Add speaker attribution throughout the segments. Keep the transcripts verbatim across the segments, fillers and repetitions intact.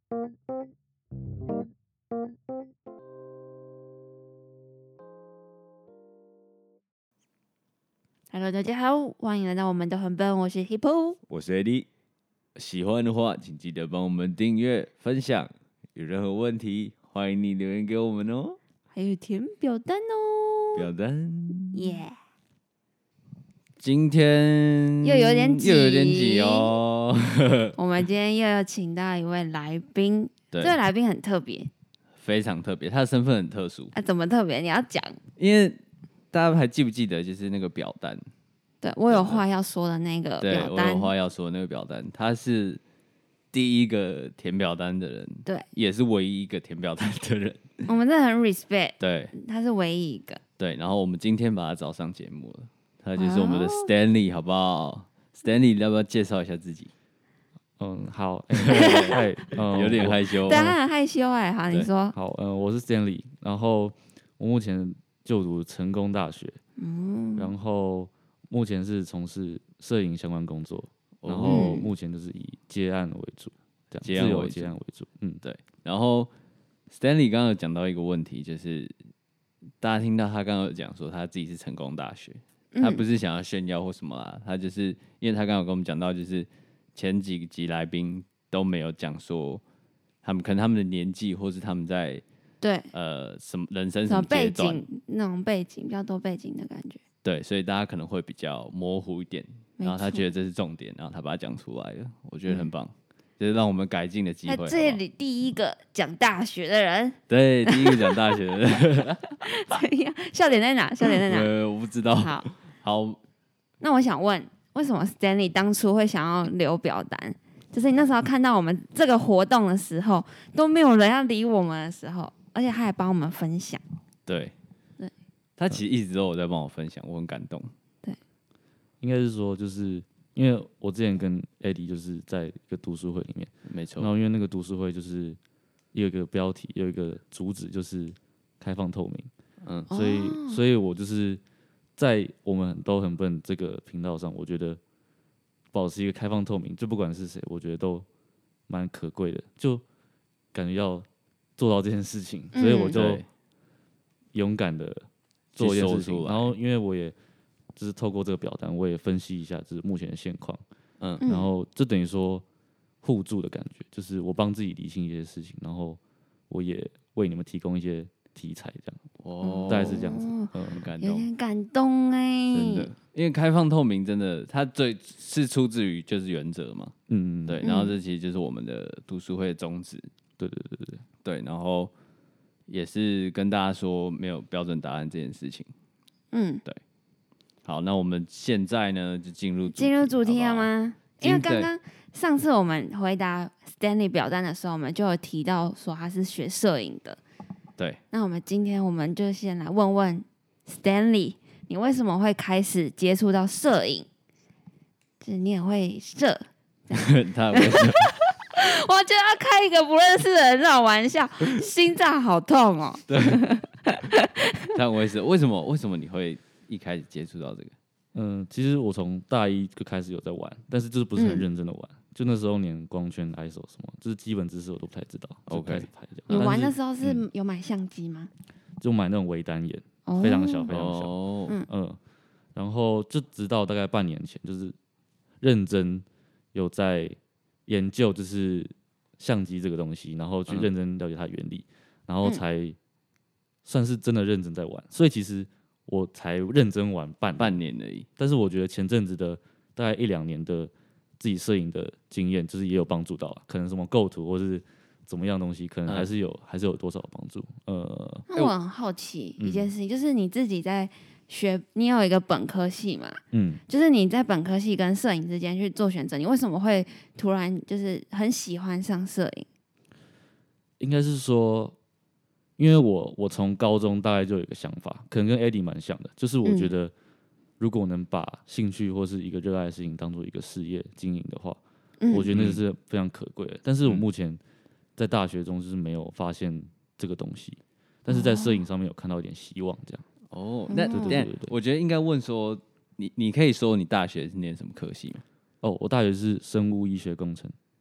Speaker 1: Hello， 大家好，欢迎来到我们的很笨，我是 Hippo，
Speaker 2: 我是 Eddie。喜欢的话，请记得帮我们订阅、分享。有任何问题，欢迎你留言给我们哦。
Speaker 1: 还有填表单哦，
Speaker 2: 表单，
Speaker 1: 耶、yeah ！
Speaker 2: 今天
Speaker 1: 又有点挤，
Speaker 2: 又有点挤哦。
Speaker 1: 我们今天又要请到一位来宾，
Speaker 2: 对，
Speaker 1: 这位来宾很特别，
Speaker 2: 非常特别，他的身份很特殊
Speaker 1: 啊，怎么特别？你要讲，
Speaker 2: 因为大家还记不记得，就是那个表单？
Speaker 1: 对我有话要说的那个
Speaker 2: 对，
Speaker 1: 表单，
Speaker 2: 我有话要说的那个表单，他是第一个填表单的人，
Speaker 1: 对，
Speaker 2: 也是唯一一个填表单的人。
Speaker 1: 我们真的很 respect，
Speaker 2: 对，
Speaker 1: 他是唯一一个。
Speaker 2: 对，然后我们今天把他找上节目了，他就是我们的 Stanley，、哦、好不好 ？Stanley， 要不要介绍一下自己？
Speaker 3: 嗯，好，哎、嗯，
Speaker 2: 有点害羞，
Speaker 1: 对，他很害羞哎。好，你说。
Speaker 3: 好，嗯，我是 Stanley， 然后我目前就读成功大学，嗯，然后目前是从事摄影相关工作，然后目前就是以接案为主，这样，
Speaker 2: 接案为主，
Speaker 3: 接案为主，嗯，
Speaker 2: 对。然后 Stanley 刚刚有讲到一个问题，就是大家听到他刚刚有讲说他自己是成功大学，
Speaker 1: 嗯、
Speaker 2: 他不是想要炫耀或什么啦，他就是因为他刚刚有跟我们讲到，就是前几集来宾都没有讲说他们可能他们的年纪或是他们在
Speaker 1: 对
Speaker 2: 呃什么人生
Speaker 1: 什么背
Speaker 2: 什么阶段
Speaker 1: 景那种背景比较多背景的感觉，
Speaker 2: 对，所以大家可能会比较模糊一点，然后他觉得这是重点，然后他把它讲出来了，我觉得很棒。嗯，就是让我们改进的机会。
Speaker 1: 在这里第一个讲大学的人，
Speaker 2: 对，第一个讲大学的人，
Speaker 1: 怎样？笑点在哪？笑点在哪？
Speaker 2: 呃，我不知道。
Speaker 1: 好，
Speaker 2: 好，
Speaker 1: 那我想问，为什么 Stanley 当初会想要留表单？就是你那时候看到我们这个活动的时候，都没有人要理我们的时候，而且他还帮我们分享。
Speaker 2: 对，
Speaker 1: 对，
Speaker 2: 他其实一直都有在帮我分享，我很感动。
Speaker 1: 对，
Speaker 3: 应该是说就是。因为我之前跟 Eddie 就是在一个读书会里面，
Speaker 2: 没错。
Speaker 3: 然后因为那个读书会就是有一个标题，有一个主旨就是开放透明，嗯，所以、哦、所以我就是在我们都很笨这个频道上，我觉得保持一个开放透明，就不管是谁，我觉得都蛮可贵的，就感觉要做到这件事情，嗯、所以我就勇敢的做一件事情，然后因为我也。就是透过这个表单，我也分析一下就是目前的现况，嗯，然后就等于说互助的感觉，就是我帮自己理清一些事情，然后我也为你们提供一些题材，这样，哦，大概是这样子，嗯，
Speaker 2: 很感动，
Speaker 1: 有点感动哎，
Speaker 2: 真的，因为开放透明真的，它最是出自于就是原则嘛，嗯，对，然后这其实就是我们的读书会的宗旨，对对对对对，然后也是跟大家说没有标准答案这件事情，嗯，对。好，那我们现在呢就进入
Speaker 1: 进入主题了吗？因为刚刚上次我们回答 Stanley 表单的时候，我们就有提到说他是学摄影的。
Speaker 2: 对。那
Speaker 1: 我们今天我们就先来问问 Stanley， 你为什么会开始接触到摄影？就是你也会摄，
Speaker 2: 他会摄。
Speaker 1: 我觉得要开一个不认识的人这种玩笑，心脏好痛哦。
Speaker 2: 对。他会摄，为什么？为什么你会？一开始接触到这个，
Speaker 3: 嗯，其实我从大一就开始有在玩，但是就是不是很认真的玩，嗯、就那时候连光圈、I S O 什么，就是基本知识我都不太知道。OK，
Speaker 1: 你玩的时候是有买相机吗？
Speaker 3: 嗯、就买那种微单眼，哦、非常小，非常小。哦、嗯嗯，然后就直到大概半年前，就是认真有在研究，就是相机这个东西，然后去认真了解它的原理，嗯、然后才算是真的认真在玩。所以其实。我才认真玩半
Speaker 2: 半年而已，
Speaker 3: 但是我觉得前阵子的大概一两年的自己摄影的经验，就是也有帮助到啊。可能什么构图或是怎么样东西，可能还是有，嗯、还是有多少帮助。呃，
Speaker 1: 那我很好奇一件事情，嗯、就是你自己在学，你有一个本科系嘛？嗯，就是你在本科系跟摄影之间去做选择，你为什么会突然就是很喜欢上摄影？
Speaker 3: 应该是说。因为我我从高中大概就有一个想法，可能跟 Eddie 蛮像的，就是我觉得如果能把兴趣或是一个热爱的事情当做一个事业经营的话，嗯、我觉得那是非常可贵的。但是我目前在大学中就是没有发现这个东西，但是在摄影上面有看到一点希望，这样。
Speaker 2: 哦，那对对对对，我觉得应该问说，你你可以说你大学是念什么科系吗？
Speaker 3: 哦，我大学是生物医学工程。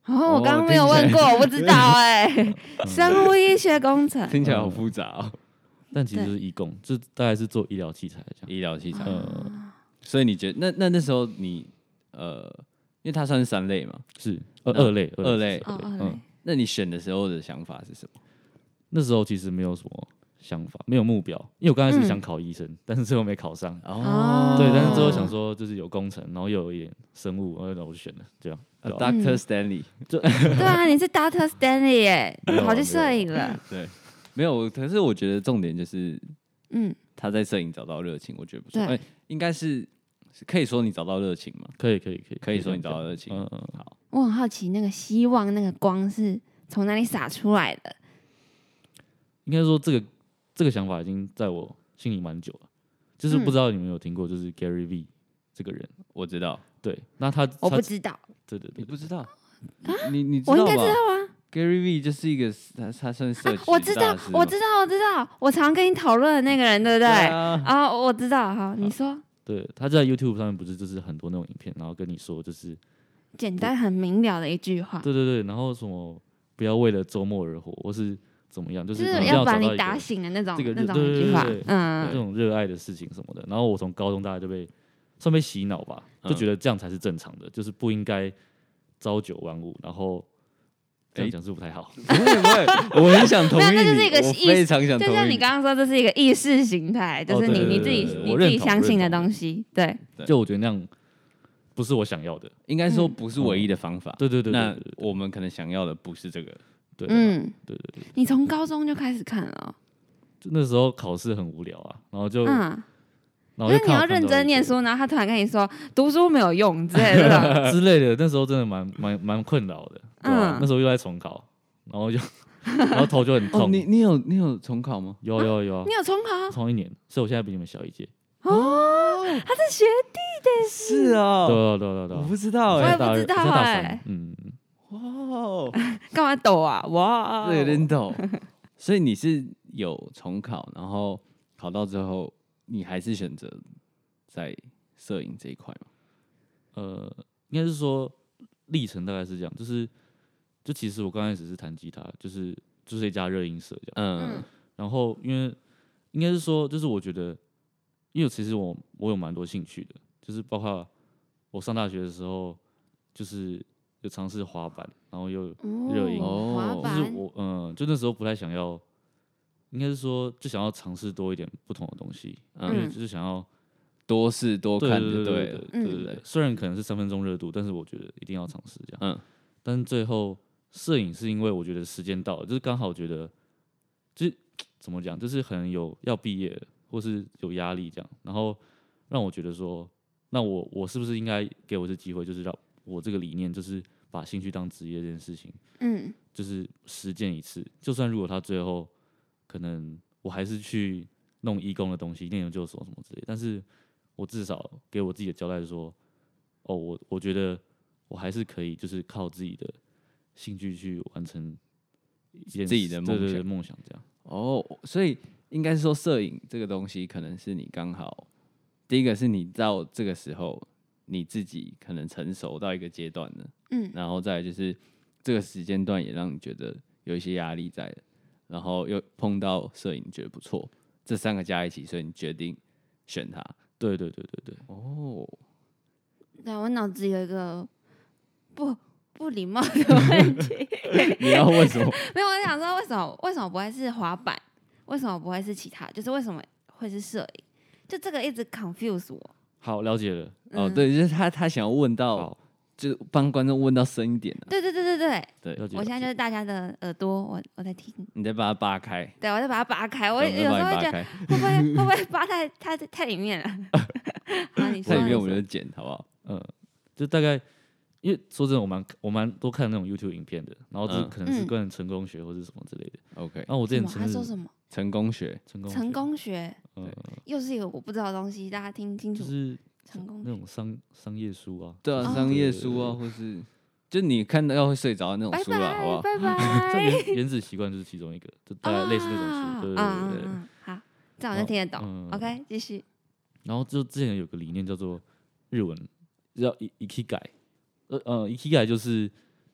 Speaker 1: 哦，我刚刚没有问过，我不知道哎、欸。生物医学工程
Speaker 2: 听起来好复杂哦。
Speaker 3: 但其实就是医工，就大概是做医疗器材这样。
Speaker 2: 医疗器材，呃，所以你觉得那那那时候你呃，因为它算是三类嘛，
Speaker 3: 是二二类，
Speaker 2: 二类，
Speaker 1: 哦，二类。
Speaker 2: 嗯，那你选的时候的想法是什么？
Speaker 3: 那时候其实没有什么想法，没有目标，因为我刚开始想考医生，嗯、但是最后没考上。哦，对，但是最后想说就是有工程，然后又有一点生物，然后我就选了这样。
Speaker 2: Uh, Doctor Stanley，、嗯、
Speaker 1: 就对啊，你是 Doctor Stanley 耶，跑去摄影了。
Speaker 2: 对，没有，可是我觉得重点就是，嗯，他在摄影找到热情，我觉得不错。哎、欸，应该是可以说你找到热情吗？
Speaker 3: 可以，可以，可以，
Speaker 2: 可以说你找到热情。嗯嗯，好。
Speaker 1: 我很好奇，那个希望那个光是从哪里洒出来的？
Speaker 3: 应该说，这个这个想法已经在我心里蛮久了，就是不知道你们有听过，就是 Gary V 这个人，
Speaker 2: 我知道。
Speaker 3: 对，那他
Speaker 1: 我不知道。
Speaker 3: 对对对，
Speaker 2: 你不知道？啊、你你知道吧？
Speaker 1: 我应该知道啊。
Speaker 2: Gary V 就是一个他他算设计、啊、
Speaker 1: 我知道，我知道，我知道，我常跟你讨论的那个人，对不对？对啊。啊，我知道。好，你说。
Speaker 3: 对，他在 YouTube 上面不是就是很多那种影片，然后跟你说就是
Speaker 1: 简单很明了的一句话。
Speaker 3: 对对对，然后什么不要为了周末而活，或是怎么样，就是
Speaker 1: 就是要把你打醒的那种，
Speaker 3: 这个
Speaker 1: 那种一句话，嗯，
Speaker 3: 这种热爱的事情什么的。然后我从高中大概就被算被洗脑吧，就觉得这样才是正常的，就是不应该朝九晚五，然后。这样讲是不太好，
Speaker 2: 不会不会，我很想同意你，
Speaker 1: 那就是一个
Speaker 2: 意，非常想同意。
Speaker 1: 就像你刚刚说，这是一个意识形态，就是你、哦、你自己你自己相信的东西，对。
Speaker 3: 就我觉得那样不是我想要的，
Speaker 2: 应该说不是唯一的方法。
Speaker 3: 嗯、对, 对, 对, 对,
Speaker 2: 对, 对, 对，那我们可能想要的不是这个。
Speaker 3: 对，嗯，对对对。
Speaker 1: 你从高中就开始看了、哦？
Speaker 3: 就那时候考试很无聊啊，然后就。嗯
Speaker 1: 然后就你要认真念书，然后他突然跟你说读书没有用之类的
Speaker 3: 之类的，那时候真的蛮蛮蛮困扰的，对吧、嗯？那时候又在重考，然后就然后头就很痛。
Speaker 2: 哦、你你有你有重考吗？
Speaker 3: 有有有、啊，
Speaker 1: 你有重考？
Speaker 3: 重一年，所以我现在比你们小一届。
Speaker 1: 哦，他是学弟的，
Speaker 2: 是啊，
Speaker 3: 对对对对，
Speaker 2: 我不知道
Speaker 1: 哎、欸，我也不知道哎、欸，
Speaker 3: 嗯，
Speaker 2: 哇，
Speaker 1: 干嘛抖啊？哇，
Speaker 2: 这有点抖。所以你是有重考，然后考到之后，你还是选择在摄影这一块吗？
Speaker 3: 呃，应该是说历程大概是这样，就是就其实我刚开始是弹吉他，就是就是一家热音社这样，嗯，然后因为应该是说，就是我觉得，因为其实我我有蛮多兴趣的，就是包括我上大学的时候，就是有尝试滑板，然后又热音，
Speaker 1: 哦，
Speaker 3: 就是我嗯，就那时候不太想要，应该是说就想要尝试多一点不同的东西，嗯，因为就是想要。
Speaker 2: 多试多看就对了，
Speaker 3: 对对对对对。虽然可能是三分钟热度，但是我觉得一定要尝试这样。嗯。但是最后摄影是因为我觉得时间到了，就是刚好觉得，就是怎么讲，就是可能有要毕业了，或是有压力这样，然后让我觉得说，那我我是不是应该给我这机会，就是让我这个理念，就是把兴趣当职业这件事情，嗯，就是实践一次，就算如果他最后可能我还是去弄义工的东西，念研究所什么之类，但是。我至少给我自己的交代说，哦，我我觉得我还是可以，就是靠自己的兴趣去完成一件
Speaker 2: 自己的梦想，
Speaker 3: 梦想这样。
Speaker 2: 哦，所以应该是说，摄影这个东西，可能是你刚好第一个是你到这个时候你自己可能成熟到一个阶段了，嗯，然后再来就是这个时间段也让你觉得有一些压力在的，然后又碰到摄影觉得不错，这三个加一起，所以你决定选它。
Speaker 3: 对对对对对，
Speaker 2: 哦，
Speaker 1: 对，我脑子有一个不不礼貌的问题。
Speaker 2: 你要问什么？
Speaker 1: 没有，我想说为什么为什么不会是滑板？为什么不会是其他？就是为什么会是摄影？就这个一直 confuse 我。
Speaker 3: 好，了解了。
Speaker 2: 嗯、哦，对，就是他他想要问到，就帮观众问到深一点、啊。
Speaker 1: 对对对对对
Speaker 2: 对，
Speaker 1: 我现在就是大家的耳朵，我我在听。
Speaker 2: 你再把它扒开。
Speaker 1: 对，我再把它扒开。我有时候会觉得，会不会会不会扒太太太里面了？好，你说。
Speaker 2: 太里面我们就剪，好不好？
Speaker 3: 嗯，就大概，因为说真的，我蛮我蛮多看那种 YouTube 影片的，然后这可能是关于成功学或是什么之类的。
Speaker 2: OK。
Speaker 3: 然后我之前
Speaker 1: 他说什么？
Speaker 2: 成功学，
Speaker 3: 成功
Speaker 1: 成功学，
Speaker 3: 嗯，
Speaker 1: 又是一个我不知道的东西，大家听清楚。
Speaker 3: 就是成功那种商商业书啊，
Speaker 2: 对啊，商业书啊，或是就你看到要会睡着的那种书啊，好不好？
Speaker 1: 拜拜。
Speaker 3: 原原子习惯就是其中一个，就大概类似那种书，对对对。
Speaker 1: 好，这样我就听得懂。OK， 继续。
Speaker 3: 然后就之前有个理念叫做日文叫 ikigai， 呃呃 ikigai 就是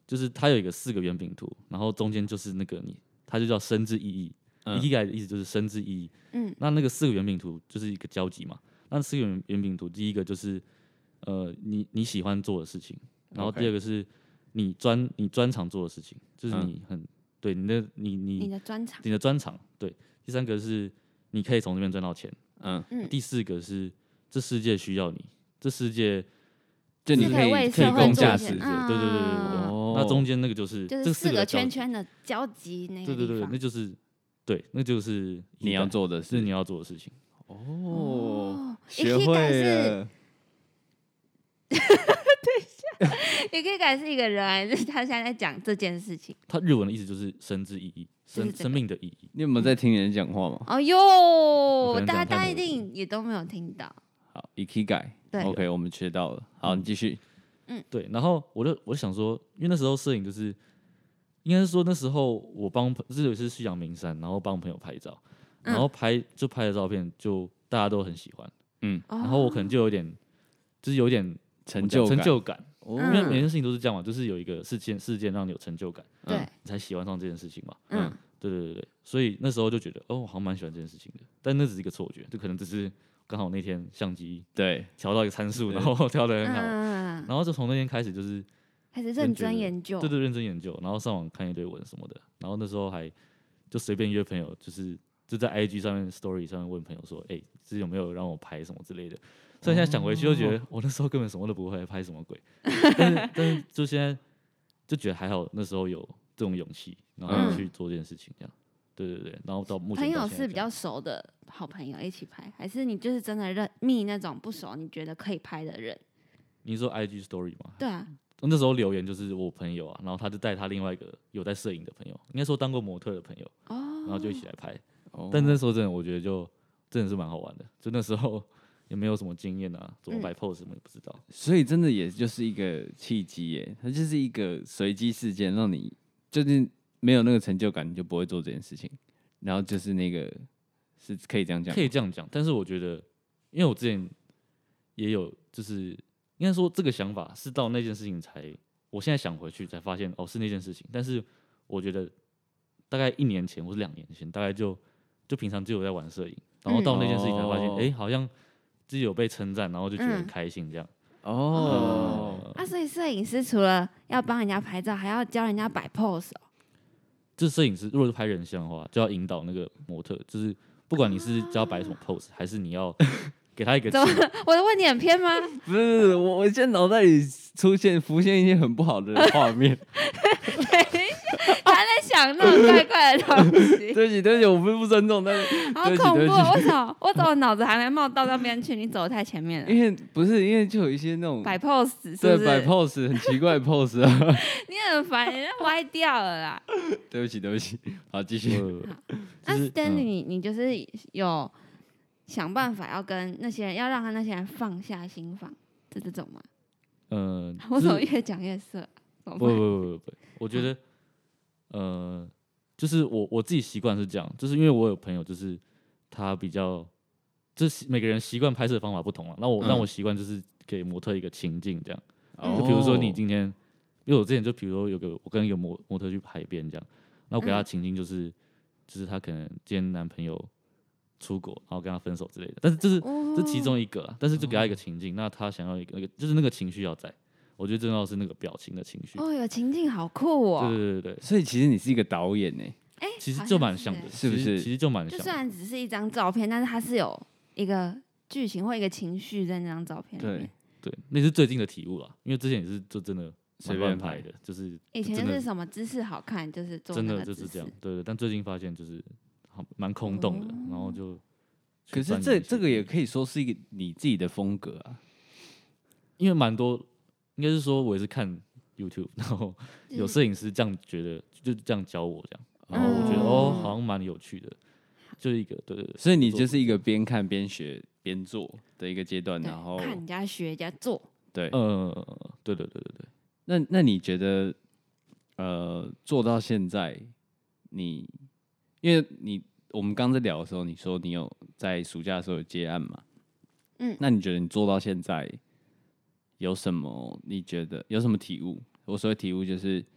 Speaker 3: 就是它有一个四个圆饼图，然后中间就是那个你，它就叫生之意义。ikigai 的意思就是生之意义。嗯，那那个四个圆饼图就是一个交集嘛。那四个圆饼图，第一个就是呃你你喜欢做的事情，然后第二个是你专你专长做的事情，就是你很、嗯、对你的你你
Speaker 1: 你的专长，
Speaker 3: 你的专长对。第三个是你可以从这边赚到钱。嗯，第四个是这世界需要你，这世界
Speaker 2: 就你可以
Speaker 1: 为
Speaker 3: 社
Speaker 1: 会做
Speaker 3: 价值，对对对对对。哦，那中间那个就是
Speaker 1: 就是四个圈圈的交集那个地方，
Speaker 3: 对对对，那就是对，那就是
Speaker 2: 你要做的事，
Speaker 3: 是你要做的事情。
Speaker 2: 哦，学会了。
Speaker 1: 等一下，也可以改是一个人，还是他现在在讲这件事情？
Speaker 3: 他日文的意思就是生之意义，生、这个、生命的意义。
Speaker 2: 你有没有在听人讲话吗？
Speaker 1: 哦哟，大家大家一定也都没有听到。
Speaker 2: 好 ，ikigai， 对 ，OK， 我们学到了。好，你继续。
Speaker 3: 嗯，对。然后我就我就想说，因为那时候摄影就是，应该是说那时候我帮就是有一次去阳明山，然后帮朋友拍照，然后拍就拍的照片就大家都很喜欢。嗯，然后我可能就有点，就是有点
Speaker 2: 成就
Speaker 3: 成就感。因为每件事情都是这样嘛，就是有一个事件事件让你有成就感，
Speaker 1: 对，
Speaker 3: 你才喜欢上这件事情嘛。嗯，对对对对，所以那时候就觉得，哦，我好像蛮喜欢这件事情的，但那只是一个错觉，就可能只是刚好那天相机
Speaker 2: 对
Speaker 3: 调到一个参数，然后调得很好，然后就从那天开始就是
Speaker 1: 开始认真研究，
Speaker 3: 对对，认真研究，然后上网看一堆文什么的，然后那时候还就随便约朋友，就是就在 I G 上面 Story 上面问朋友说，哎，这有没有让我拍什么之类的。所以现在想回去就觉得，我那时候根本什么都不会，拍什么鬼？但是但是就现在就觉得还好，那时候有这种勇气，然后去做这件事情，这样。对对对，然后到目前
Speaker 1: 朋友是比较熟的好朋友一起拍，还是你就是真的认密那种不熟，你觉得可以拍的人？
Speaker 3: 你说 I G Story 吗？
Speaker 1: 对啊，
Speaker 3: 那时候留言就是我朋友啊，然后他就带他另外一个有在摄影的朋友，应该说当过模特的朋友，哦，然后就一起来拍。哦，但那时候真的我觉得就真的是蛮好玩的，就那时候。也没有什么经验啊，怎么摆 pose 什么也不知道，
Speaker 2: 嗯，所以真的也就是一个契机耶，它就是一个随机事件，让你就是没有那个成就感，你就不会做这件事情。然后就是那个是可以这样讲，
Speaker 3: 可以这样讲，但是我觉得，因为我之前也有，就是应该说这个想法是到那件事情才，我现在想回去才发现哦是那件事情，但是我觉得大概一年前或是两年前，大概就就平常就有在玩摄影，然后到那件事情才发现，哎，嗯，好像。自己有被称赞，然后就觉得很开心，这样。
Speaker 1: 嗯、哦，啊，所以摄影师除了要帮人家拍照，还要教人家摆 pose 哦。
Speaker 3: 就是摄影师，如果是拍人像的话，就要引导那个模特，就是不管你是教摆什么 pose，、哦、还是你要给他一个。
Speaker 1: 怎么？我的问题很偏吗？
Speaker 2: 不是，不是，我我现在脑袋里出现浮现一些很不好的画面。
Speaker 1: 等一下，他在想那种怪怪的东西。
Speaker 2: 对不起，对不起，我不是不尊重，但是
Speaker 1: 好恐怖！我操，我怎么脑子还没冒到那边去？你走得太前面了。
Speaker 2: 因为不是，因为就有一些那种
Speaker 1: 摆 pose， 是不是？
Speaker 2: 对，摆 pose 很奇怪的 pose 啊。
Speaker 1: 你很烦，人家歪掉了啦。
Speaker 2: 对不起，对不起，好，继续。
Speaker 1: 那 Stanley，、嗯、你你就是有想办法要跟那些人，要让他那些人放下心防，是这种吗？
Speaker 3: 嗯、呃，
Speaker 1: 我怎么越讲越色？
Speaker 3: 不不不不不，我觉得，呃，就是我我自己习惯是这样，就是因为我有朋友，就是他比较，就是每个人习惯拍摄的方法不同啊。那我让、嗯、我习惯就是给模特一个情境这样，嗯、就比如说你今天，因为我之前就比如说有个我跟一个模模特去海边这样，那我给他情境就是，嗯、就是他可能今天男朋友出国，然后跟他分手之类的，但是这是、哦、这其中一个啦，但是就给他一个情境，那他想要一个那个就是那个情绪要在。我觉得最重要是那个表情的情绪。
Speaker 1: 哦，有情境好酷哦！
Speaker 3: 对对对对，
Speaker 2: 所以其实你是一个导演呢。
Speaker 1: 哎，
Speaker 3: 其实就蛮像的，
Speaker 2: 是不是？
Speaker 3: 其实就蛮像。
Speaker 1: 就虽然只是一张照片，但是它是有一个剧情或一个情绪在那张照片里面。
Speaker 3: 对对，那是最近的体悟啦，因为之前也是就真的随便拍的，就是
Speaker 1: 以前就是什么姿势好看，就是做
Speaker 3: 真的就是这样。对对，但最近发现就是蛮空洞的，然后就。
Speaker 2: 可是这这个也可以说是一个你自己的风格啊，
Speaker 3: 因为蛮多。应该是说，我也是看 YouTube， 然后有摄影师这样觉得，就这样教我这样，然后我觉得、嗯、哦，好像蛮有趣的，就是一个对对对，
Speaker 2: 所以你就是一个边看边学边做的一个阶段，然后
Speaker 1: 看人家学人家做，
Speaker 2: 对，
Speaker 3: 呃，对对对对对。
Speaker 2: 那那你觉得，呃，做到现在，你因为你我们刚在聊的时候，你说你有在暑假的时候有接案嘛？嗯，那你觉得你做到现在？有什么？你觉得有什么体悟？我所谓体悟就是，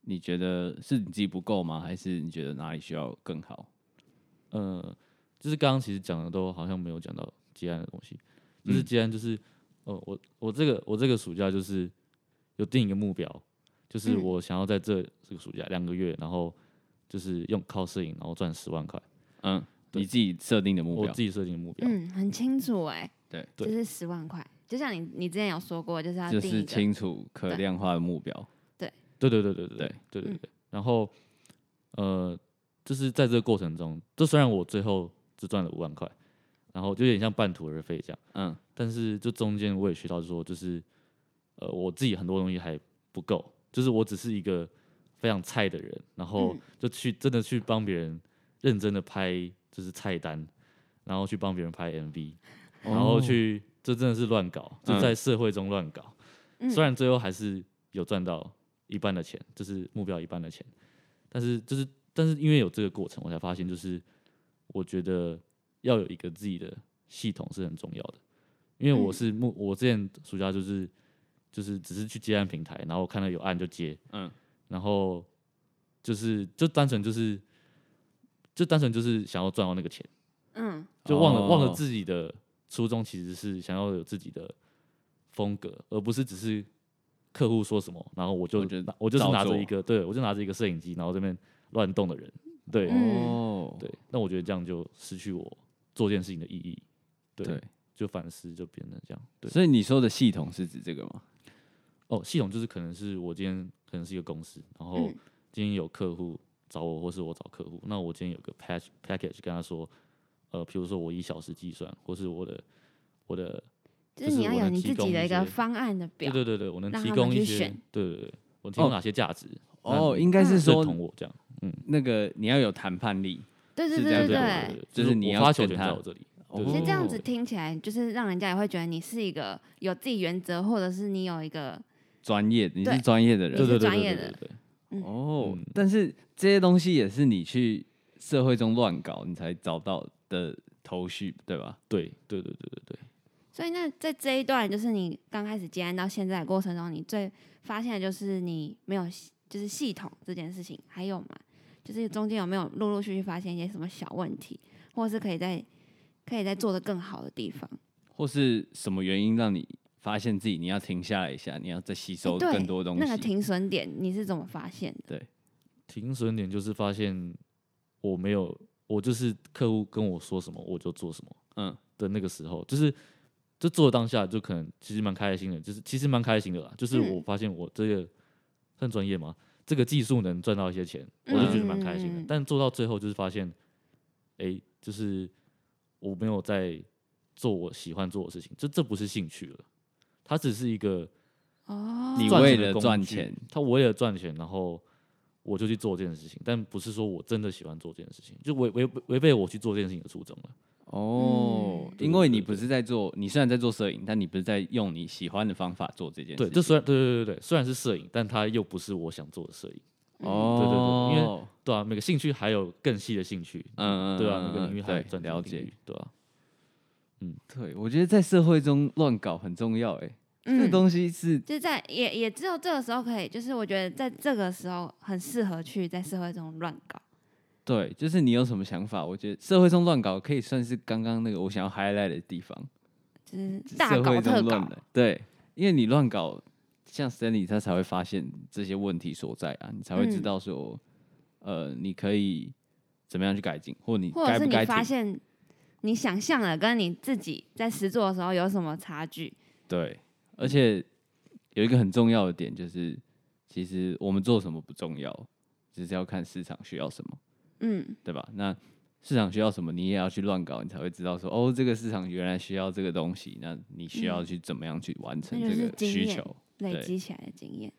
Speaker 2: 你觉得是你自己不够吗？还是你觉得哪里需要更好？
Speaker 3: 呃，就是刚刚其实讲的都好像没有讲到接案的东西，就是接案就是，呃，我我这个我这个暑假就是有定一个目标，就是我想要在这这个暑假两个月，然后就是用靠摄影然后赚十万块。
Speaker 2: 嗯，你自己设定的目标，
Speaker 3: 我自己设定的目标，
Speaker 1: 嗯，很清楚哎、
Speaker 2: 欸，
Speaker 1: 对，就是十万块，就像你你之前有说过，就是要定一个
Speaker 2: 就是清楚可量化的目标。
Speaker 1: 对，
Speaker 3: 对对对对对对对对对。然后，呃，就是在这个过程中，这虽然我最后只赚了五万块，然后就有点像半途而废这样，嗯，但是就中间我也学到说，就是呃，我自己很多东西还不够，就是我只是一个非常菜的人，然后就去真的去帮别人认真的拍就是菜单，然后去帮别人拍 M V， 然后去这真的是乱搞，就在社会中乱搞，嗯，虽然最后还是有赚到一半的钱，就是目标一半的钱，但是就是但是因为有这个过程，我才发现就是我觉得要有一个自己的系统是很重要的，因为我是目我之前暑假就是就是只是去接案平台，然后看到有案就接，嗯，然后就是就单纯就是就单纯就是想要赚到那个钱，嗯，就忘了、哦、忘了自己的初衷其实是想要有自己的风格，而不是只是客户说什么，然后我就我, 我就是拿着一个对我就拿着一个摄影机，然后这边乱动的人，对，哦，对，那我觉得这样就失去我做这件事情的意义，对，对就反思就变成这样，对。
Speaker 2: 所以你说的系统是指这个吗？
Speaker 3: 哦，系统就是可能是我今天可能是一个公司，然后今天有客户找我，或是我找客户，那我今天有个 package package 跟他说，呃，比如说我以小时计算，或是我的我的。
Speaker 1: 就是你要有你自己的一个方案的表，
Speaker 3: 对对对对，我能提供一些，对对对，我提供哪些价值？
Speaker 2: 哦，应该是说
Speaker 3: 同我这样，嗯，
Speaker 2: 那个你要有谈判力，
Speaker 1: 对对对对对，
Speaker 3: 就是
Speaker 2: 你要
Speaker 3: 发球权在我这里。
Speaker 1: 其实这样子听起来，就是让人家也会觉得你是一个有自己原则，或者是你有一个
Speaker 2: 专业，你是专业的人，
Speaker 1: 你是专业的。
Speaker 2: 哦，但是这些东西也是你去社会中乱搞，你才找到的头绪，对吧？
Speaker 3: 对对对对对对。
Speaker 1: 所以那在这一段，就是你刚开始接案到现在的过程中，你最发现的就是你没有就是系统这件事情，还有吗？就是中间有没有陆陆续续发现一些什么小问题，或者是可以在可以再做得更好的地方，
Speaker 2: 或是什么原因让你发现自己你要停下来一下，你要再吸收更多东西？
Speaker 1: 那个停损点你是怎么发现的？
Speaker 2: 对，
Speaker 3: 停损点就是发现我没有，我就是客户跟我说什么我就做什么，嗯的那个时候，就是。就做当下就可能其实蛮开心的，就是其实蛮开心的啦。就是我发现我这个很专业嘛，这个技术能赚到一些钱，我就觉得蛮开心的。嗯、但做到最后就是发现，哎、欸，就是我没有在做我喜欢做的事情，这这不是兴趣了，它只是一个
Speaker 2: 哦，你为了赚钱，
Speaker 3: 他为了赚钱，然后我就去做这件事情，但不是说我真的喜欢做这件事情，就违违违背我去做这件事情的初衷了。
Speaker 2: 哦、嗯，因为你不是在做，你虽然在做摄影，但你不是在用你喜欢的方法做这件事情。
Speaker 3: 对，这虽然对对对对，虽然是摄影，但它又不是我想做的摄影。哦，对对对，因为对啊，每个兴趣还有更细的兴趣，嗯对啊，每个领域还有专
Speaker 2: 了解，
Speaker 3: 对啊，
Speaker 2: 嗯，对，我觉得在社会中乱搞很重要，哎，嗯、这东西是
Speaker 1: 就在也也只有这个时候可以，就是我觉得在这个时候很适合去在社会中乱搞。
Speaker 2: 对，就是你有什么想法？我觉得社会中乱搞可以算是刚刚那个我想要 highlight 的地方，
Speaker 1: 就是大搞特搞。
Speaker 2: 对，因为你乱搞，像 Stanley 他才会发现这些问题所在啊，你才会知道说，嗯、呃，你可以怎么样去改进，或你
Speaker 1: 或者是你发现你想象的跟你自己在实作的时候有什么差距。
Speaker 2: 对，而且有一个很重要的点就是，其实我们做什么不重要，只是要看市场需要什么。嗯，对吧？那市场需要什么，你也要去乱搞，你才会知道说，哦，这个市场原来需要这个东西，那你需要去怎么样去完成这个需求，
Speaker 1: 累积起来的经验。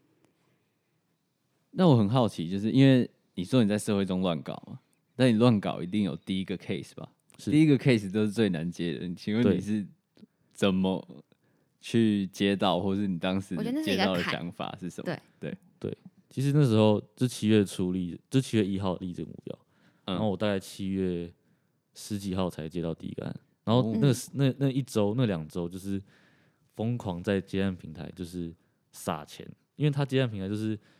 Speaker 2: 那我很好奇，就是因为你说你在社会中乱搞嘛，但你乱搞一定有第一个 case 吧？第一个 case 都是最难接的。请问你是怎么去接到，或是你当时接到的想法是什么？
Speaker 1: 对
Speaker 2: 对
Speaker 3: 对。其实那时候是七月初立，就七月一号立这个目标，嗯、然后我大概七月十几号才接到第一个案，然后那个、嗯、那那一周那两周就是疯狂在接案平台就是撒钱，因为他接案平台就是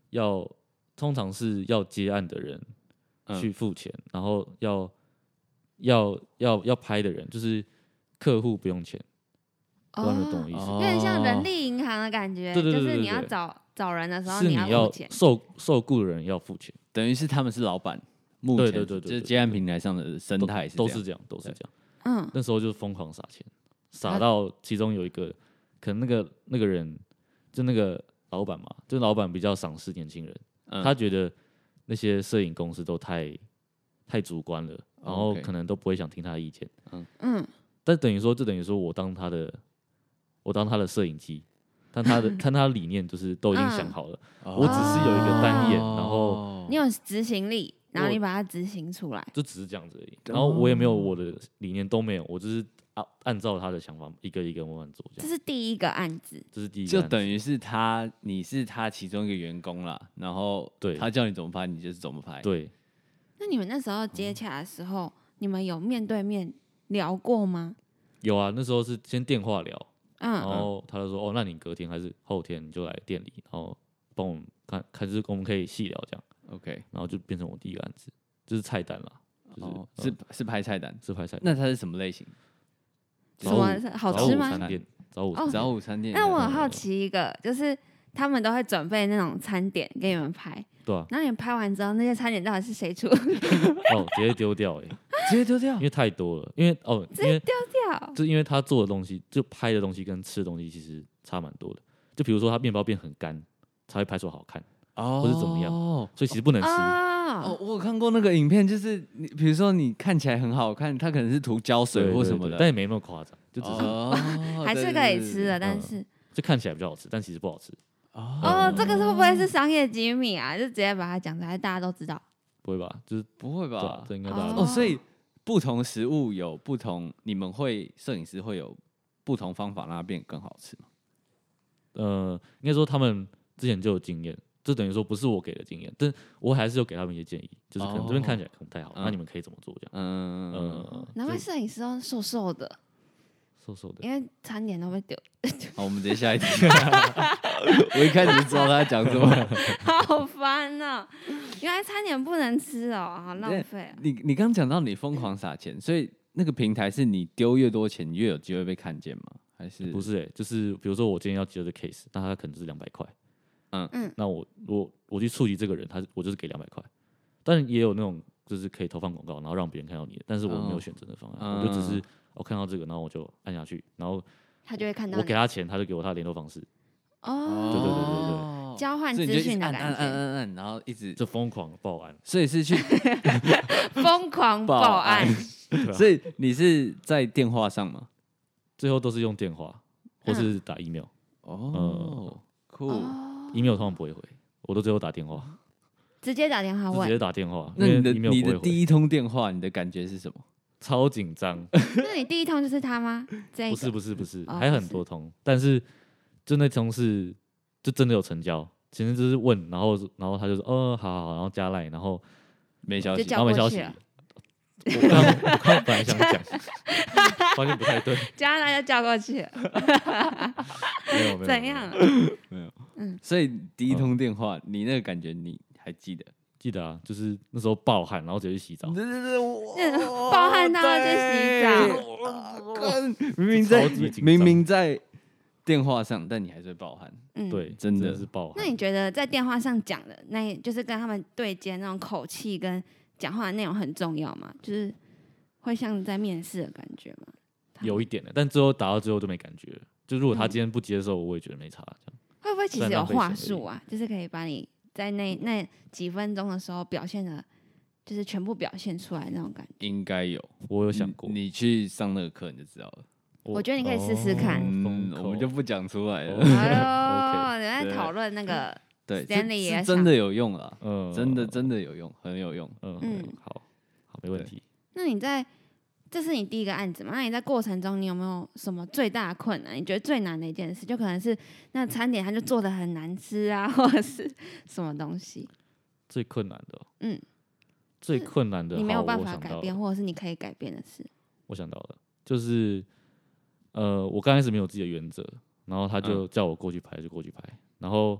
Speaker 3: 要通常是要接案的人去付钱，嗯、然后要要要要拍的人就是客户不用钱。不知道你懂我意思？
Speaker 1: 有点像人力银行的感觉，
Speaker 3: 对对对对对，
Speaker 1: 就是你要找找人的时候，
Speaker 3: 是你
Speaker 1: 要付钱，
Speaker 3: 受受雇的人要付钱，
Speaker 2: 等于是他们是老板。目前
Speaker 3: 对对对对，
Speaker 2: 就是接案平台上的生态
Speaker 3: 都是这样，都是这样。
Speaker 1: 嗯，
Speaker 3: 那时候就是疯狂撒钱，撒到其中有一个，可能那个那个人就那个老板嘛，就老板比较赏识年轻人，嗯、他觉得那些摄影公司都太太主观了，然后可能都不会想听他的意见。嗯嗯，但等于说，这等于说我当他的。我当他的摄影机，但他的但他的理念就是都已经想好了，嗯、我只是有一个单眼，然后
Speaker 1: 你有执行力，然后你把它执行出来，
Speaker 3: 就只是这样子而已。然后我也没有我的理念都没有，我就是按照他的想法一个一个慢慢做。
Speaker 1: 这是第一个案子，
Speaker 3: 这是第一个，
Speaker 2: 就等于是他你是他其中一个员工啦，然后对他叫你怎么拍，你就是怎么拍。
Speaker 3: 对。
Speaker 1: 那你们那时候接洽的时候，你们有面对面聊过吗？
Speaker 3: 有啊，那时候是先电话聊。嗯，然后他就说：“哦，那你隔天还是后天你就来店里，然后帮我们看，看是我们可以细聊这样。
Speaker 2: OK，
Speaker 3: 然后就变成我第一个案子，就是菜单啦，就是、
Speaker 2: 哦、是、嗯、是拍菜单，
Speaker 3: 是拍菜单。
Speaker 2: 那它是什么类型？
Speaker 1: 什么好吃吗？
Speaker 3: 早午餐店，早午
Speaker 2: 餐早午餐店。
Speaker 1: 那我很好奇一个，就是他们都会准备那种餐点给你们拍，
Speaker 3: 对啊。
Speaker 1: 然后你们拍完之后，那些餐点到底是谁出？
Speaker 3: 哦，直接丢掉哎、欸。”
Speaker 2: 直接丢掉，
Speaker 3: 因为太多了。因为哦，
Speaker 1: 直接丢掉，
Speaker 3: 就因为他做的东西，就拍的东西跟吃的东西其实差蛮多的。就比如说他面包变很干，才会拍出好看，哦，或者怎么样，所以其实不能吃。
Speaker 2: 哦，哦我有看过那个影片，就是你比如说你看起来很好看，它可能是涂胶水或什么的，对对对，
Speaker 3: 但也没那么夸张，就只是、
Speaker 1: 哦、还是可以吃的，但是、嗯、
Speaker 3: 就看起来比较好吃，但其实不好吃。
Speaker 1: 哦，嗯、这个是会不会是商业机密啊？就直接把它讲出来，大家都知道？
Speaker 3: 不会吧？就是
Speaker 2: 不会吧？
Speaker 3: 这应该大家都
Speaker 2: 哦，所以。不同食物有不同，你们会摄影师会有不同方法让它变得更好吃吗？
Speaker 3: 呃，应该说他们之前就有经验，这等于说不是我给的经验，但我还是有给他们一些建议，就是可能这边看起来可能不太好，哦、那你们可以怎么做这样？嗯
Speaker 1: 嗯，难怪摄影师都瘦瘦的，
Speaker 3: 瘦瘦的，
Speaker 1: 因为餐点都被丢。
Speaker 2: 好，我们直接下一题。我一开始就知道他在讲什么，
Speaker 1: 好烦哦！原来餐点不能吃哦，好浪费、啊。
Speaker 2: 你你刚讲到你疯狂撒钱，所以那个平台是你丢越多钱，你越有机会被看见吗？还是
Speaker 3: 不是、欸？哎，就是比如说我今天要接的 case， 那他可能就是两百块，嗯嗯，那我我我去触及这个人，他我就是给两百块，但也有那种就是可以投放广告，然后让别人看到你的，但是我没有选择的方案，哦、我就只是我看到这个，然后我就按下去，然后
Speaker 1: 他就会看到
Speaker 3: 我给他钱，他就给我他的联络方式。
Speaker 1: 哦，
Speaker 3: 对对对对对，
Speaker 1: 交换资讯的感觉，
Speaker 2: 按按按按，然后一直
Speaker 3: 就疯狂报案，
Speaker 2: 所以是去
Speaker 1: 疯狂报案，
Speaker 2: 所以你是在电话上吗？
Speaker 3: 最后都是用电话或是打 email。
Speaker 2: 哦，酷
Speaker 3: ，email 通常不会回，我都最后打电话，
Speaker 1: 直接打电话问，
Speaker 3: 直接打电话。
Speaker 2: 那你的你的第一通电话，你的感觉是什么？
Speaker 3: 超紧张。
Speaker 1: 那你第一通就是他吗？
Speaker 3: 不是不是不是，还很多通，但是。就那通是就真的有成交，其实就是问，然后然后他就说，哦，好好好，然后加赖，然后
Speaker 2: 没消息，
Speaker 3: 然后没消息。我刚我刚本来想讲，发现不太对，
Speaker 1: 加赖就叫过去了。
Speaker 3: 没有没有，
Speaker 1: 怎样？
Speaker 2: 没有，嗯。所以第一通电话，你那个感觉你还记得？
Speaker 3: 记得啊，就是那时候暴汗，然后直接去洗澡。
Speaker 2: 对对对，
Speaker 1: 暴汗到去洗澡，
Speaker 2: 明明在明明在。电话上，但你还是会爆汗。
Speaker 3: 嗯，对，真的是爆汗。
Speaker 1: 那你觉得在电话上讲的，那就是跟他们对接那种口气跟讲话的内容很重要吗？就是会像在面试的感觉吗？
Speaker 3: 有一点的，但最后打到最后就没感觉了。就如果他今天不接受，我也觉得没差。这样
Speaker 1: 会不会其实有话术啊？就是可以把你在那那几分钟的时候表现的，就是全部表现出来那种感觉？
Speaker 2: 应该有，
Speaker 3: 我有想过。
Speaker 2: 你, 你去上那个课你就知道了。
Speaker 1: 我觉得你可以试试看，
Speaker 2: 嗯，我们就不讲出来了。
Speaker 1: 哎呦，你在讨论那个，
Speaker 2: 对，是真的有用啦，嗯，真的真的有用，很有用，
Speaker 3: 嗯，好，好，没问题。
Speaker 1: 那你在，这是你第一个案子嘛？那你在过程中，你有没有什么最大的困难？你觉得最难的一件事，就可能是那餐点它就做的很难吃啊，或者是什么东西？
Speaker 3: 最困难的，嗯，最困难的，
Speaker 1: 你没有办法改变，或者是你可以改变的事。
Speaker 3: 我想到了，就是。呃，我刚开始没有自己的原则，然后他就叫我过去拍，就过去拍。然后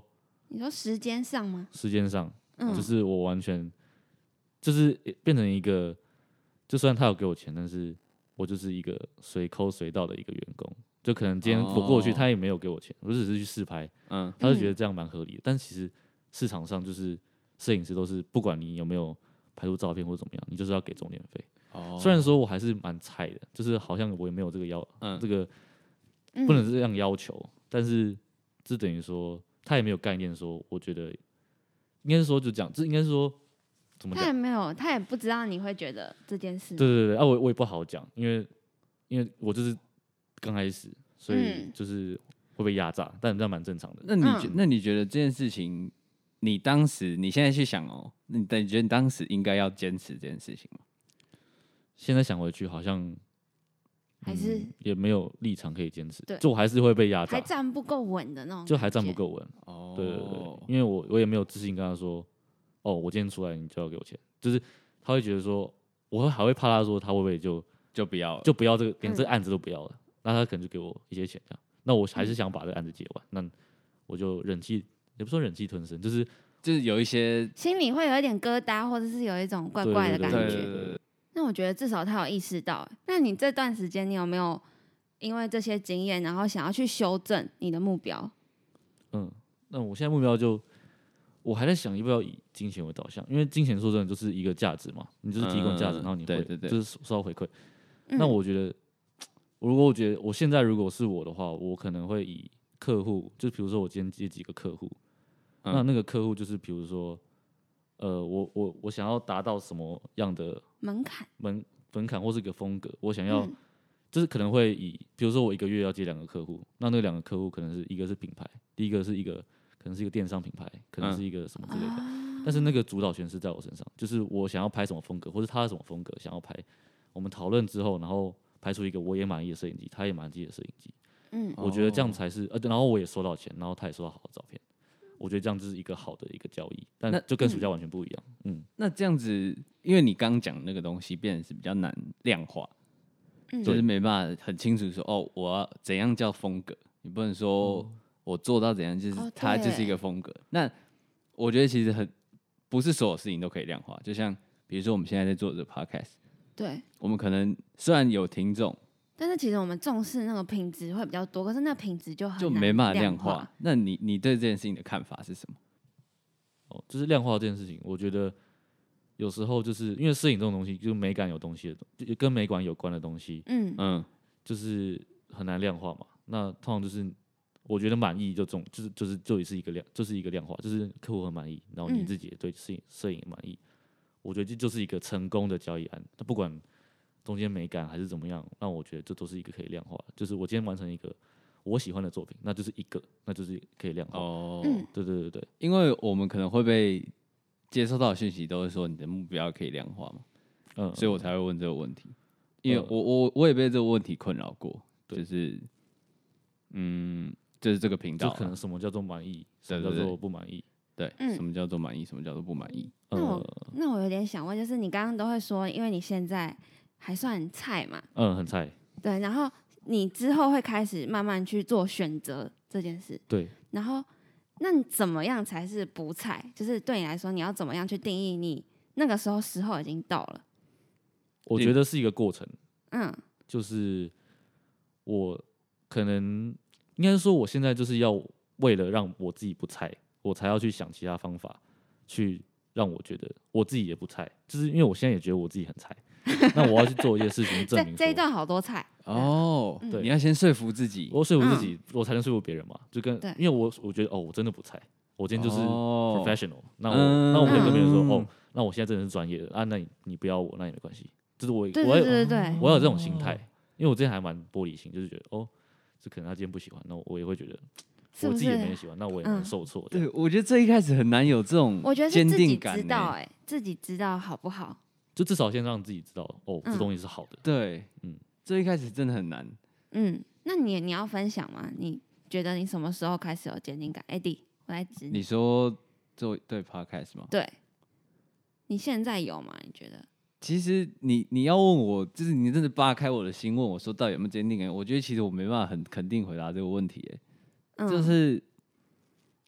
Speaker 1: 你说时间上吗？
Speaker 3: 时间上，嗯，就是我完全就是变成一个，就算他有给我钱，但是我就是一个随抠随到的一个员工。就可能今天我过去，他也没有给我钱，我只是去试拍，嗯，他就觉得这样蛮合理的。但其实市场上就是摄影师都是不管你有没有拍出照片或怎么样，你就是要给钟点费。哦，虽然说我还是蛮菜的，就是好像我也没有这个要，嗯，这个不能这样要求，但是这等于说。他也没有概念说，我觉得应该是说就讲，这应该是说怎么讲？
Speaker 1: 他也没有，他也不知道你会觉得这件事。
Speaker 3: 对对对，啊，我我也不好讲，因为因为我就是刚开始，所以就是会被压榨，但这样蛮正常的。
Speaker 2: 那你觉、嗯、那你觉得这件事情，你当时你现在去想哦，你你觉得你当时应该要坚持这件事情吗？
Speaker 3: 现在想回去，好像。
Speaker 1: 还是、
Speaker 3: 嗯、也没有立场可以坚持，就我还是会被压榨，
Speaker 1: 还站不够稳的那种，
Speaker 3: 就还站不够稳。哦，对对对，因为我我也没有自信跟他说，哦，我今天出来你就要给我钱，就是他会觉得说，我会还会怕他说他会不会就
Speaker 2: 就不要了，
Speaker 3: 就不要这个连这个案子都不要了，嗯、那他可能就给我一些钱这样，那我还是想把这个案子结完，那我就忍气，也不说忍气吞声，就是
Speaker 2: 就是有一些
Speaker 1: 心里会有一点疙瘩，或者是有一种怪怪的感觉。
Speaker 2: 对对对对对，
Speaker 1: 那我觉得至少他有意识到。那你这段时间你有没有因为这些经验，然后想要去修正你的目标？
Speaker 3: 嗯，那我现在目标就我还在想要不要以金钱为导向，因为金钱说真的就是一个价值嘛，你就是提供价值，嗯、然后你会对对对就是收到回馈。嗯、那我觉得，如果我觉得我现在如果是我的话，我可能会以客户，就比如说我今天接几个客户，嗯、那那个客户就是比如说。呃，我我我想要达到什么样的
Speaker 1: 门槛？
Speaker 3: 门门槛或是一个风格，我想要、嗯、就是可能会以，比如说我一个月要接两个客户，那那两个客户可能是一个是品牌，第一个是一个可能是一个电商品牌，可能是一个什么之类的，嗯、但是那个主导权是在我身上，就是我想要拍什么风格，或是他什么风格想要拍，我们讨论之后，然后拍出一个我也满意的摄影机，他也满意的摄影机，嗯，我觉得这样才是，呃，然后我也收到钱，然后他也收到好的照片。我觉得这样就是一个好的一个交易，但就跟暑假完全不一样。嗯，嗯
Speaker 2: 那这样子，因为你刚刚讲那个东西变成是比较难量化，嗯、就是没办法很清楚说哦，我要怎样叫风格，你不能说我做到怎样，就是它就是一个风格。哦、那我觉得其实很不是所有事情都可以量化，就像比如说我们现在在做这个 podcast，
Speaker 1: 对，
Speaker 2: 我们可能虽然有听众。
Speaker 1: 但是其实我们重视那个品质会比较多，可是那品质就很
Speaker 2: 就没办法量化。那你你对这件事情的看法是什么？
Speaker 3: 哦，就是量化这件事情，我觉得有时候就是因为摄影这种东西，就是美感有东西的，就跟美感有关的东西，嗯嗯，就是很难量化嘛。那通常就是我觉得满意就中，就是就是就是一个量，就是一个量化，就是客户很满意，然后你自己也对摄影摄影满意，我觉得这就是一个成功的交易案。那不管。中间美感还是怎么样，那我觉得这都是一个可以量化的。就是我今天完成一个我喜欢的作品，那就是一个，那就是可以量化。哦，对对对对，
Speaker 2: 因为我们可能会被接收到的讯息都是说你的目标可以量化嘛，嗯，所以我才会问这个问题。因为我我我也被这个问题困扰过，就是嗯，就是这个频道，
Speaker 3: 就可能什么叫做满意，什么叫做不满意。
Speaker 2: 对，嗯、什么叫做满意，什么叫做不满意？
Speaker 1: 那我那我有点想问，就是你刚刚都会说，因为你现在还算菜嘛，
Speaker 3: 嗯，很菜。
Speaker 1: 对，然后你之后会开始慢慢去做选择这件事。
Speaker 3: 对。
Speaker 1: 然后，那你怎么样才是不菜？就是对你来说，你要怎么样去定义你那个时候时候已经到了？
Speaker 3: 我觉得是一个过程。嗯。就是我可能应该说，我现在就是要为了让我自己不菜，我才要去想其他方法，去让我觉得我自己也不菜。就是因为我现在也觉得我自己很菜。那我要去做一些事情证明
Speaker 1: 这。这一段好多菜
Speaker 2: 哦，对，你要先说服自己，
Speaker 3: 我说服自己，嗯、我才能说服别人嘛。就跟因为我我觉得哦，我真的不菜，我今天就是 professional，、哦、那我、嗯、那我可以跟别人说、嗯、哦，那我现在真的是专业的啊，那你你不要我，那也没关系。就是我
Speaker 1: 对对对对
Speaker 3: 我要有这种心态，因为我之前还蛮玻璃心，就是觉得哦，这可能他今天不喜欢，那我也会觉得。我自己也没喜欢，那我也能受挫。
Speaker 2: 对，我觉得这一开始很难有这种坚定感、欸。
Speaker 1: 我觉得是自己知道、欸，哎，自己知道好不好？
Speaker 3: 就至少先让自己知道，哦，这东西是好的。
Speaker 2: 嗯、对，嗯，这一开始真的很难。
Speaker 1: 嗯，那你你要分享吗？你觉得你什么时候开始有坚定感 ？Eddie， 我来指你。
Speaker 2: 你说做对 podcast 吗？
Speaker 1: 对，你现在有吗？你觉得？
Speaker 2: 其实你你要问我，就是你真的扒开我的心，问我说到底有没有坚定感？我觉得其实我没办法很肯定回答这个问题、欸，哎、嗯，就是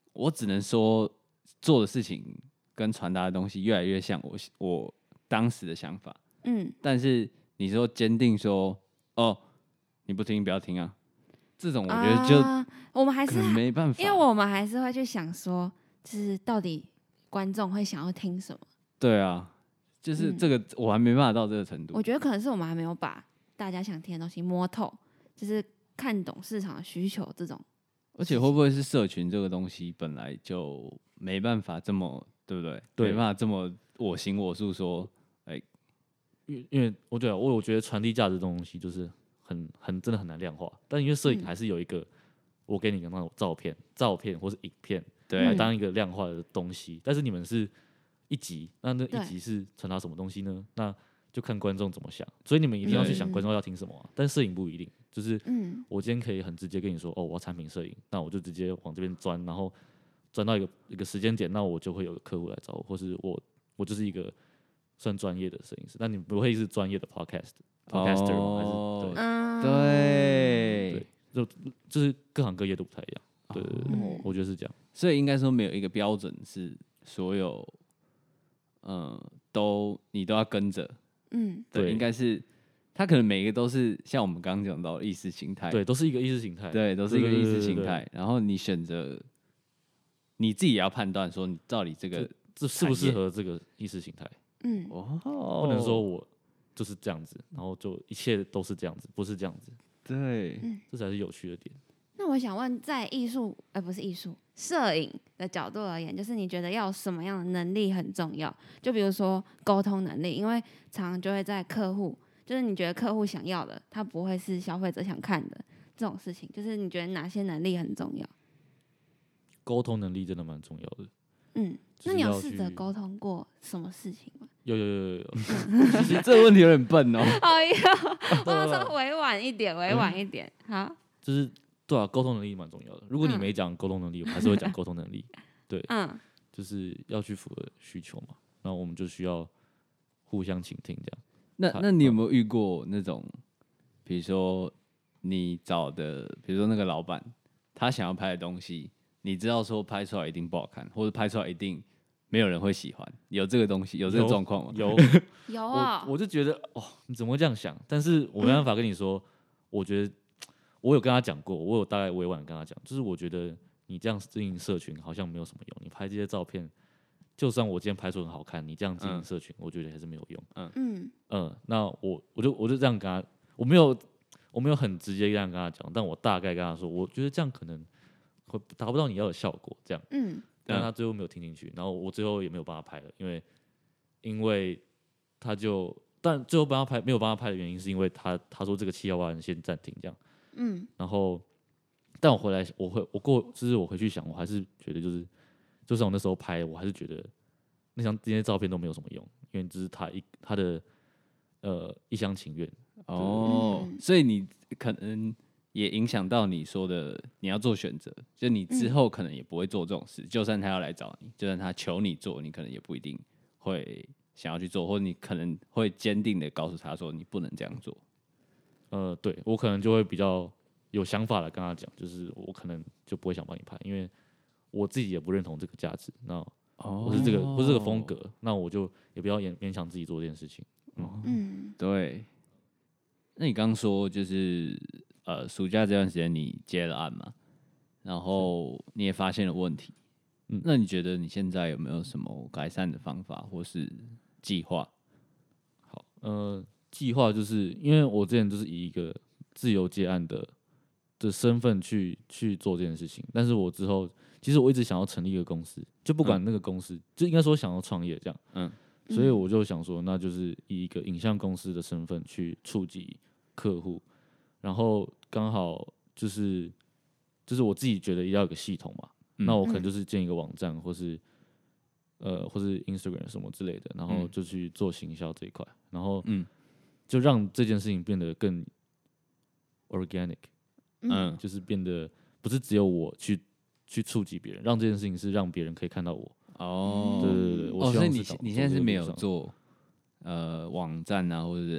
Speaker 2: 我只能说做的事情跟传达的东西越来越像我我当时的想法，嗯，但是你说坚定说哦你不听不要听啊，这种我觉得就、啊、
Speaker 1: 我们还是
Speaker 2: 没办法，
Speaker 1: 因为我们还是会去想说，就是到底观众会想要听什么？
Speaker 2: 对啊，就是这个、嗯、我还没办法到这个程度。
Speaker 1: 我觉得可能是我们还没有把大家想听的东西摸透，就是看懂市场的需求这种。
Speaker 2: 而且会不会是社群这个东西本来就没办法这么，对不对？对，没办法这么我行我素说，哎、欸，
Speaker 3: 因因为我觉得我我觉得传递价值这种东西就是很很真的很难量化，但因为摄影还是有一个、嗯、我给你的那种照片、照片或是影片，对，来当一个量化的东西。嗯、但是你们是一集，那那一集是传达什么东西呢？那就看观众怎么想，所以你们一定要去想观众要听什么、啊。但摄影不一定，就是我今天可以很直接跟你说，哦，我要产品摄影，那我就直接往这边钻，然后钻到一个一个时间点，那我就会有个客户来找我，或是我我就是一个算专业的摄影师，那你不会是专业的 podcast podcaster 吗？
Speaker 2: 哦、
Speaker 3: 还是
Speaker 2: 对
Speaker 3: 对对，就就是各行各业都不太一样。对对对，哦、我觉得是这样。
Speaker 2: 所以应该说没有一个标准是所有，嗯，都你都要跟着。嗯，对，对应该是他可能每一个都是像我们刚刚讲到的意识形态，
Speaker 3: 对，都是一个意识形态，
Speaker 2: 对，都是一个意识形态。然后你选择，你自己也要判断说你到底这个
Speaker 3: 这适不适合这个意识形态。嗯，
Speaker 2: 哦，
Speaker 3: 不能说我就是这样子，然后就一切都是这样子，不是这样子。
Speaker 2: 对，
Speaker 1: 嗯、
Speaker 3: 这才是有趣的点。
Speaker 1: 那我想问，在艺术，呃，不是艺术，摄影的角度而言，就是你觉得要有什么样的能力很重要？就比如说沟通能力，因为常常就会在客户，就是你觉得客户想要的，他不会是消费者想看的这种事情，就是你觉得哪些能力很重要？
Speaker 3: 沟通能力真的蛮重要的。
Speaker 1: 嗯，那你有试着沟通过什么事情吗？
Speaker 3: 有有有有有。
Speaker 2: 其实这个问题有点笨哦。
Speaker 1: 哎呀，我要说委婉一点，委婉一点，好。
Speaker 3: 就是对啊，沟通能力蛮重要的。如果你没讲沟通能力，我还是会讲沟通能力。对，嗯，就是要去符合需求嘛。然后我们就需要互相倾听这样。
Speaker 2: 那那你有没有遇过那种，比如说你找的，比如说那个老板，他想要拍的东西，你知道说拍出来一定不好看，或者拍出来一定没有人会喜欢，有这个东西，有这个状况吗？
Speaker 3: 有
Speaker 1: 有啊、
Speaker 3: 哦，我就觉得哦，你怎么会这样想？但是我没办法跟你说，嗯、我觉得我有跟他讲过，我有大概委婉跟他讲，就是我觉得你这样经营社群好像没有什么用，你拍这些照片。就算我今天拍出很好看，你这样经营社群，嗯、我觉得还是没有用。嗯嗯嗯，那我我就我就这样跟他，我没有我没有很直接这样跟他讲，但我大概跟他说，我觉得这样可能会达不到你要的效果，这样。嗯，但他最后没有听进去，然后我最后也没有帮他拍了，因为因为他就，但最后帮他拍没有帮他拍的原因是因为他他说这个企划案先暂停这样。嗯，然后但我回来我会我过就是我回去想，我还是觉得就是。就算我那时候拍，我还是觉得那张这些照片都没有什么用，因为这是他一他的呃一厢情愿
Speaker 2: 哦，所以你可能也影响到你说的你要做选择，就你之后可能也不会做这种事，嗯、就算他要来找你，就算他求你做，你可能也不一定会想要去做，或者你可能会坚定的告诉他说你不能这样做。
Speaker 3: 呃，对我可能就会比较有想法的跟他讲，就是我可能就不会想帮你拍，因为。我自己也不认同这个价值，那不是这个、oh. 不是这个风格，那我就也不要勉勉强自己做这件事情。嗯，
Speaker 2: 嗯对。那你刚刚说就是呃，暑假这段时间你接了案嘛，然后你也发现了问题，嗯，那你觉得你现在有没有什么改善的方法或是计划？
Speaker 3: 好，呃，计划就是因为我之前就是以一个自由接案的的身份去去做这件事情，但是我之后。其实我一直想要成立一个公司，就不管那个公司，嗯、就应该说想要创业这样。嗯，所以我就想说，那就是以一个影像公司的身份去触及客户，然后刚好就是就是我自己觉得要有个系统嘛，嗯、那我可能就是建一个网站，或是呃或是 Instagram 什么之类的，然后就去做行销这一块，然后嗯，就让这件事情变得更 organic， 嗯，就是变得不是只有我去。去触及别人，让这件事情是让别人可以看到我。哦，对对对，我希望是
Speaker 2: 哦，所以你你现在是没有做呃网站啊，或者是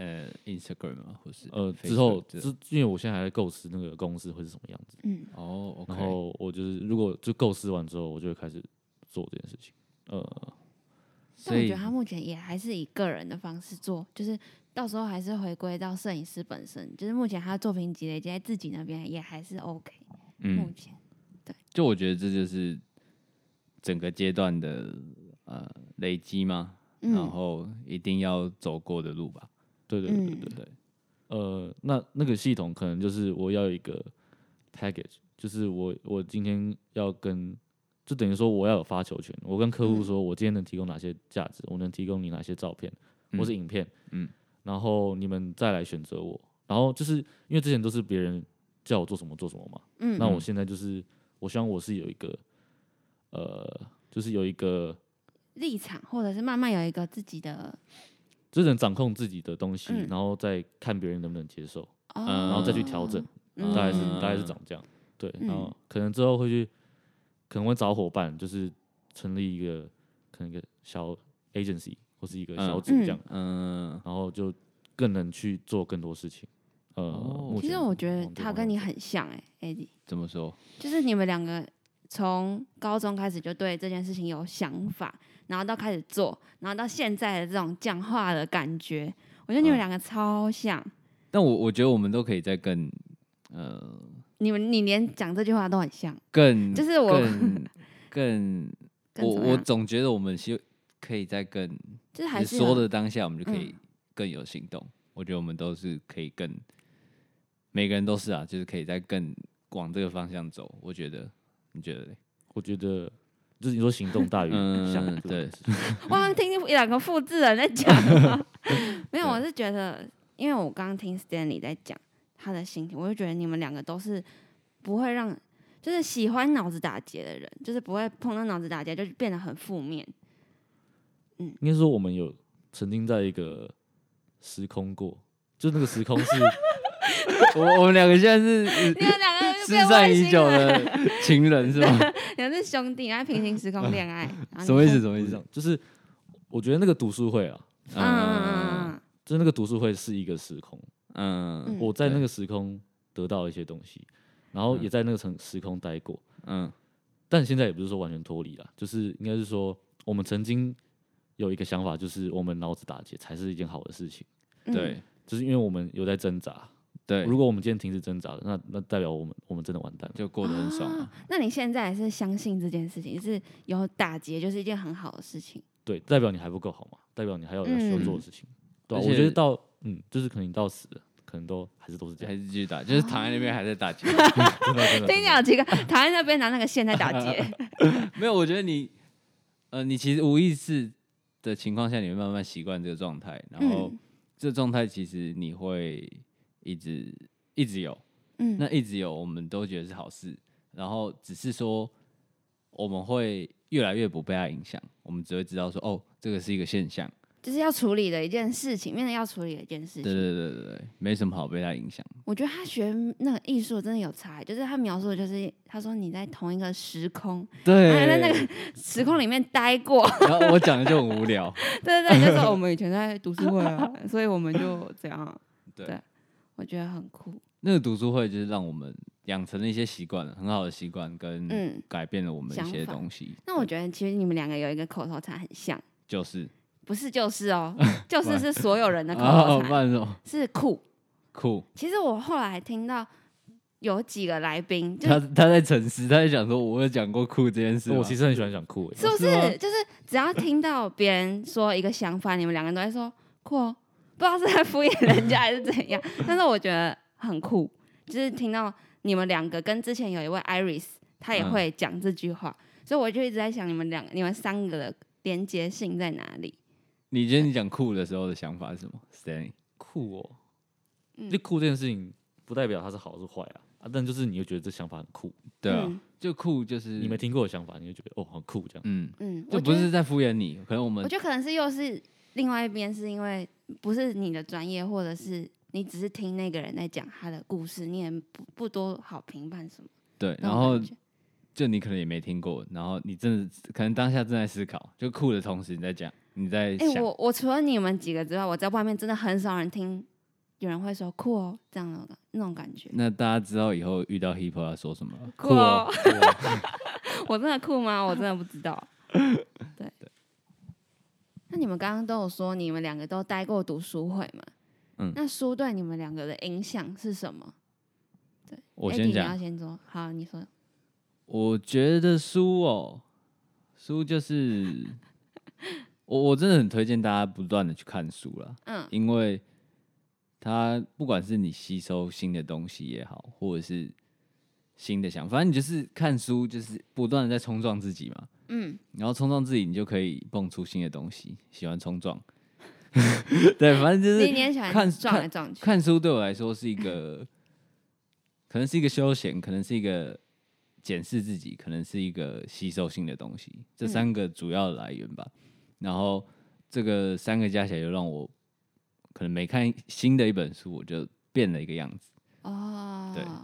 Speaker 2: 呃 Instagram 吗？或是
Speaker 3: 呃之后，之因为我现在还在构思那个公司会是什么样子。
Speaker 1: 嗯，
Speaker 2: 哦、oh, ，OK。
Speaker 3: 然后我就是如果就构思完之后，我就会开始做这件事情。呃，
Speaker 1: 但我觉得他目前也还是以个人的方式做，就是到时候还是回归到摄影师本身，就是目前他的作品积累在自己那边也还是 OK。嗯，目前对，
Speaker 2: 就我觉得这就是整个阶段的呃累积嘛。然后一定要走过的路吧。
Speaker 3: 对对对对对。呃，那那个系统可能就是我要有一个 package， 就是我我今天要跟，就等于说我要有发球权，我跟客户说我今天能提供哪些价值，我能提供你哪些照片或是影片，嗯，然后你们再来选择我。然后就是因为之前都是别人叫我做什么做什么嘛，嗯，那我现在就是我希望我是有一个，呃，就是有一个。
Speaker 1: 立场，或者是慢慢有一个自己的，
Speaker 3: 就是能掌控自己的东西，嗯、然后再看别人能不能接受，哦、然后再去调整，嗯、大概是大概是长这样。对，嗯、然后可能之后会去，可能会找伙伴，就是成立一个可能一个小 agency 或是一个小组这样，嗯，然后就更能去做更多事情。呃，
Speaker 1: 哦、其实我觉得他跟你很像哎、欸、，Eddie。
Speaker 2: 怎么说？
Speaker 1: 就是你们两个从高中开始就对这件事情有想法。然后到开始做，然后到现在的这种讲话的感觉，我觉得你们两个超像。嗯、
Speaker 2: 但我我觉得我们都可以再更，呃，
Speaker 1: 你们你连讲这句话都很像，
Speaker 2: 更
Speaker 1: 就是我
Speaker 2: 更更，我我总觉得我们希可以再更，
Speaker 1: 就是还是
Speaker 2: 说的当下，我们就可以更有行动。嗯、我觉得我们都是可以更，每个人都是啊，就是可以再更往这个方向走。我觉得，你觉得嘞？
Speaker 3: 我觉得。就是你说行动大于想、嗯，
Speaker 2: 对。
Speaker 1: 我好像听一两个复制人在讲，没有，我是觉得，因为我刚刚听 Stanley 在讲他的心情，我就觉得你们两个都是不会让，就是喜欢脑子打结的人，就是不会碰到脑子打结就变得很负面。
Speaker 3: 嗯，应该说我们有曾经在一个时空过，就是那个时空是，
Speaker 2: 我我们两个现在是，
Speaker 1: 你们两个
Speaker 2: 失散已久的情人是吗？
Speaker 1: 你们是兄弟，然后平行时空恋爱，
Speaker 2: 什么意思？什么意思？
Speaker 3: 就是我觉得那个读书会啊，
Speaker 1: 嗯，
Speaker 3: 就是那个读书会是一个时空，嗯，我在那个时空得到一些东西，然后也在那个层时空待过，嗯，但现在也不是说完全脱离了，就是应该是说我们曾经有一个想法，就是我们脑子打结才是一件好的事情，
Speaker 2: 对，
Speaker 3: 就是因为我们有在挣扎。
Speaker 2: 对，
Speaker 3: 如果我们今天停止挣扎了，那那代表我们我们真的完蛋了，
Speaker 2: 就过得很爽啊。
Speaker 1: 啊那你现在是相信这件事情是有打结，就是一件很好的事情？
Speaker 3: 对，代表你还不够好嘛？代表你还有要需要做的事情。嗯、对、啊，我觉得到嗯，就是可能你到死了，可能都还是都是这样，
Speaker 2: 还是继续打，就是躺在那边还在打结。
Speaker 3: 真的真的。
Speaker 1: 听讲几个躺在那边拿那个线在打结。
Speaker 2: 没有，我觉得你呃，你其实无意识的情况下，你会慢慢习惯这个状态，然后、嗯、这个状态其实你会一直。一直有，嗯，那一直有，我们都觉得是好事。然后只是说，我们会越来越不被它影响，我们只会知道说，哦，这个是一个现象，
Speaker 1: 就是要处理的一件事情，面对要处理的一件事情。
Speaker 2: 对对对对对，没什么好被它影响。
Speaker 1: 我觉得他学那个艺术真的有差，就是他描述的就是他说你在同一个时空，
Speaker 2: 对，
Speaker 1: 还在那个时空里面待过。
Speaker 2: 然后我讲的就很无聊。
Speaker 1: 对对对，就说我们以前在读书会啊，所以我们就这样。
Speaker 2: 对。
Speaker 1: 对我觉得很酷。
Speaker 2: 那个读书会就是让我们养成了一些习惯，很好的习惯，跟改变了我们一些东西。
Speaker 1: 那我觉得其实你们两个有一个口头禅很像，
Speaker 2: 就是
Speaker 1: 不是就是哦，就是是所有人的口头禅，
Speaker 2: 哦、
Speaker 1: 是酷
Speaker 2: 酷。
Speaker 1: 其实我后来听到有几个来宾，
Speaker 2: 他他在沉思，他在讲说我有讲过酷这件事。
Speaker 3: 我其实很喜欢讲酷，
Speaker 1: 是不是？就是只要听到别人说一个想法，你们两个人都会说酷哦。不知道是在敷衍人家还是怎样，但是我觉得很酷，就是听到你们两个跟之前有一位 Iris， 他也会讲这句话，嗯、所以我就一直在想你们两、你们三个的连结性在哪里？
Speaker 2: 你觉得你讲酷的时候的想法是什么 ？Stanley，
Speaker 3: 酷哦，嗯、就酷这件事情不代表它是好是坏啊，啊，但就是你会觉得这想法很酷，
Speaker 2: 对啊，嗯、就酷就是
Speaker 3: 你没听过的想法，你会觉得哦很酷这样，
Speaker 2: 嗯嗯，就不是在敷衍你，可能我们
Speaker 1: 我觉得可能是又是。另外一边是因为不是你的专业，或者是你只是听那个人在讲他的故事，你也不不多好评判什么。
Speaker 2: 对，然后就你可能也没听过，然后你真的可能当下正在思考，就酷的同时你在讲， 你在想。
Speaker 1: 哎、欸，我我除了你们几个之外，我在外面真的很少人听有人会说酷哦这样的那种感觉。
Speaker 2: 那大家知道以后遇到 hip hop 要说什么？
Speaker 1: 酷哦！我真的酷吗？我真的不知道。对。那你们刚刚都有说你们两个都待过读书会嘛？嗯。那书对你们两个的影响是什么？对，
Speaker 2: 我先讲。
Speaker 1: 你要先说。好，你说。
Speaker 2: 我觉得书哦，书就是我我真的很推荐大家不断的去看书啦。嗯。因为它不管是你吸收新的东西也好，或者是新的想法，反正你就是看书，就是不断的在冲撞自己嘛。嗯，然后冲撞自己，你就可以蹦出新的东西。喜欢冲撞，对，反正就是
Speaker 1: 你也喜欢看撞来撞去。
Speaker 2: 看书对我来说是一个，可能是一个休闲，可能是一个检视自己，可能是一个吸收新的东西，这三个主要的来源吧。嗯、然后这个三个加起来，就让我可能每看新的一本书，我就变了一个样子。哦，对。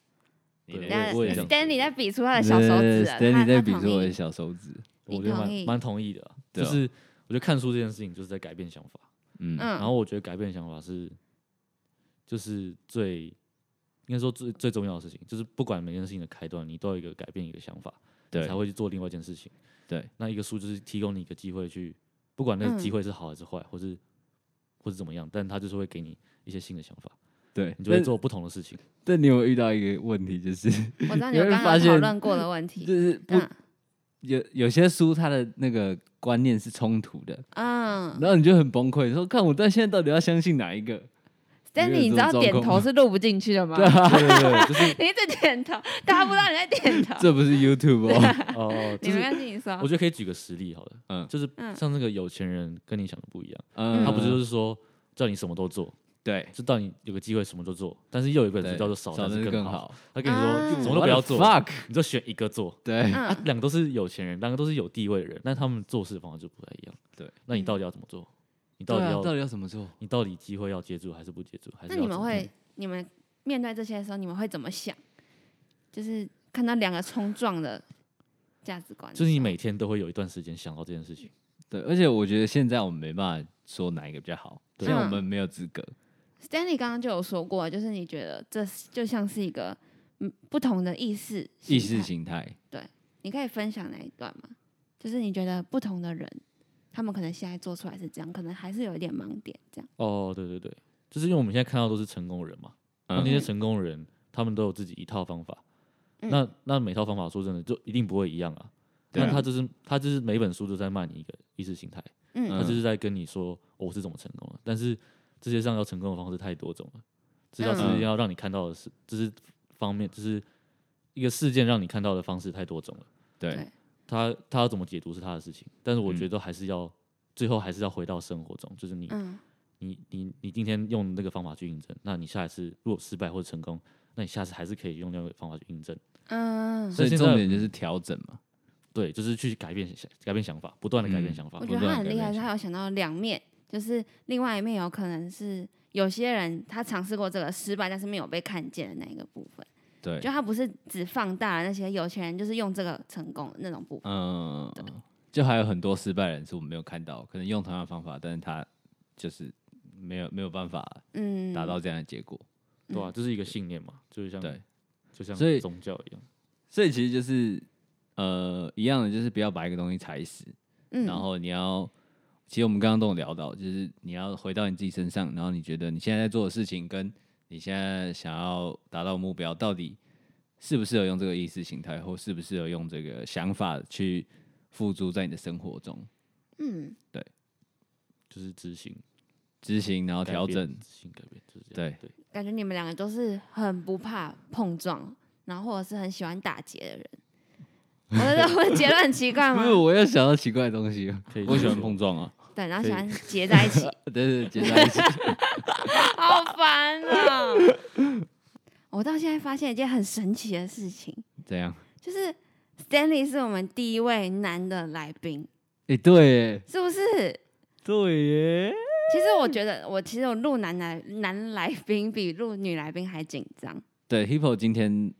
Speaker 1: Stanley 在比出他的小手指
Speaker 2: ，Stanley 在比出我的小手指，
Speaker 3: 我觉得蛮蛮同意的、啊。就是我觉得看书这件事情就是在改变想法，嗯，然后我觉得改变想法是，就是最应该说最最重要的事情，就是不管每件事情的开端，你都有一个改变一个想法，对，才会去做另外一件事情。对，那一个书就是提供你一个机会去，不管那个机会是好还是坏，或是或是怎么样，但它就是会给你一些新的想法。对，你就会做不同的事情。
Speaker 2: 但你有没有遇到一个问题，就是
Speaker 1: 我知道你有刚刚讨论过的问题，
Speaker 2: 就是不、嗯、有有些书它的那个观念是衝突的，嗯，然后你就很崩溃，说看我到现在到底要相信哪一个
Speaker 1: ？Stanley， 你知道点头是录不进去的吗？
Speaker 2: 对对对，就是
Speaker 1: 你一直点头，大家不知道你在点头。
Speaker 2: 这不是 YouTube 哦。
Speaker 3: 哦，
Speaker 1: 你没关系，你说。
Speaker 3: 我觉得可以举个实例好了，嗯，就是像那个有钱人跟你想的不一样，嗯，他不就是说叫你什么都做。对，就到你有个机会什么都做，但是又有一本书叫做少但是更好，他跟你说、啊、什么都不要做，你就选一个做。对，啊，两个都是有钱人，两个都是有地位的人，但他们做事的方法就不太一样。对，那你到底要怎么做？你到底要、
Speaker 2: 啊、到底要怎么做？
Speaker 3: 你到底机会要接住还是不接住？还是
Speaker 1: 那你们会，你们面对这些的时候，你们会怎么想？就是看到两个冲撞的价值观，
Speaker 3: 就是你每天都会有一段时间想到这件事情。
Speaker 2: 对，而且我觉得现在我们没办法说哪一个比较好，因为我们没有资格。
Speaker 1: Stanley 刚刚就有说过，就是你觉得这就像是一个嗯不同的意识
Speaker 2: 意识形态。
Speaker 1: 对，你可以分享哪一段吗？就是你觉得不同的人，他们可能现在做出来是这样，可能还是有一点盲点这样。
Speaker 3: 哦，对对对，就是因为我们现在看到都是成功人嘛，嗯、那些成功人他们都有自己一套方法，嗯、那那每套方法说真的就一定不会一样啊。但他就是他就是每本书都在卖你一个意识形态，嗯，他就是在跟你说、哦、我是怎么成功的，但是。世界上要成功的方式太多种了，至少是要让你看到的是，就是方面，就是一个事件让你看到的方式太多种了。对，他他要怎么解读是他的事情，但是我觉得还是要、嗯、最后还是要回到生活中，就是你、嗯、你你你今天用那个方法去印证，那你下一次如果失败或者成功，那你下次还是可以用那个方法去印证。嗯，
Speaker 2: 所以重点就是调整嘛。
Speaker 3: 对，就是去改变改变想法，不断的改变想法。
Speaker 1: 嗯、我觉得他很厉害，他有想到两面。就是另外一面有可能是有些人他尝试过这个失败，但是没有被看见的那一个部分。对，就他不是只放大了那些有钱人就是用这个成功的那种部分。嗯，
Speaker 2: 就还有很多失败人是我们没有看到，可能用同样的方法，但是他就是没有没有办法嗯达到这样的结果。
Speaker 3: 嗯、对啊，这、就是一个信念嘛，就是像对，就像宗教一样。
Speaker 2: 所以其实就是呃一样的，就是不要把一个东西踩死，嗯、然后你要。其实我们刚刚都有聊到，就是你要回到你自己身上，然后你觉得你现在在做的事情，跟你现在想要达到的目标，到底适不适合用这个意识形态，或适不适合用这个想法去付诸在你的生活中？嗯，对，
Speaker 3: 就是执行，
Speaker 2: 执行，然后调整，
Speaker 3: 执行改变，就是这样。对
Speaker 1: 对，感觉你们两个都是很不怕碰撞，然后或者是很喜欢打结的人。我的问结论很奇怪吗？
Speaker 2: 不是，我又想到奇怪的东西。我喜欢碰撞啊，
Speaker 1: 对，然后喜欢结在一起，
Speaker 2: 对对，结在一起，
Speaker 1: 好烦啊！我到现在发现一件很神奇的事情，
Speaker 2: 怎样？
Speaker 1: 就是 Stanley 是我们第一位男的来宾，
Speaker 2: 哎、欸，对耶，
Speaker 1: 是不是？
Speaker 2: 对耶。
Speaker 1: 其实我觉得，我其实我录男来男来宾比录女来宾还紧张。
Speaker 2: 对 ，Hippo 今天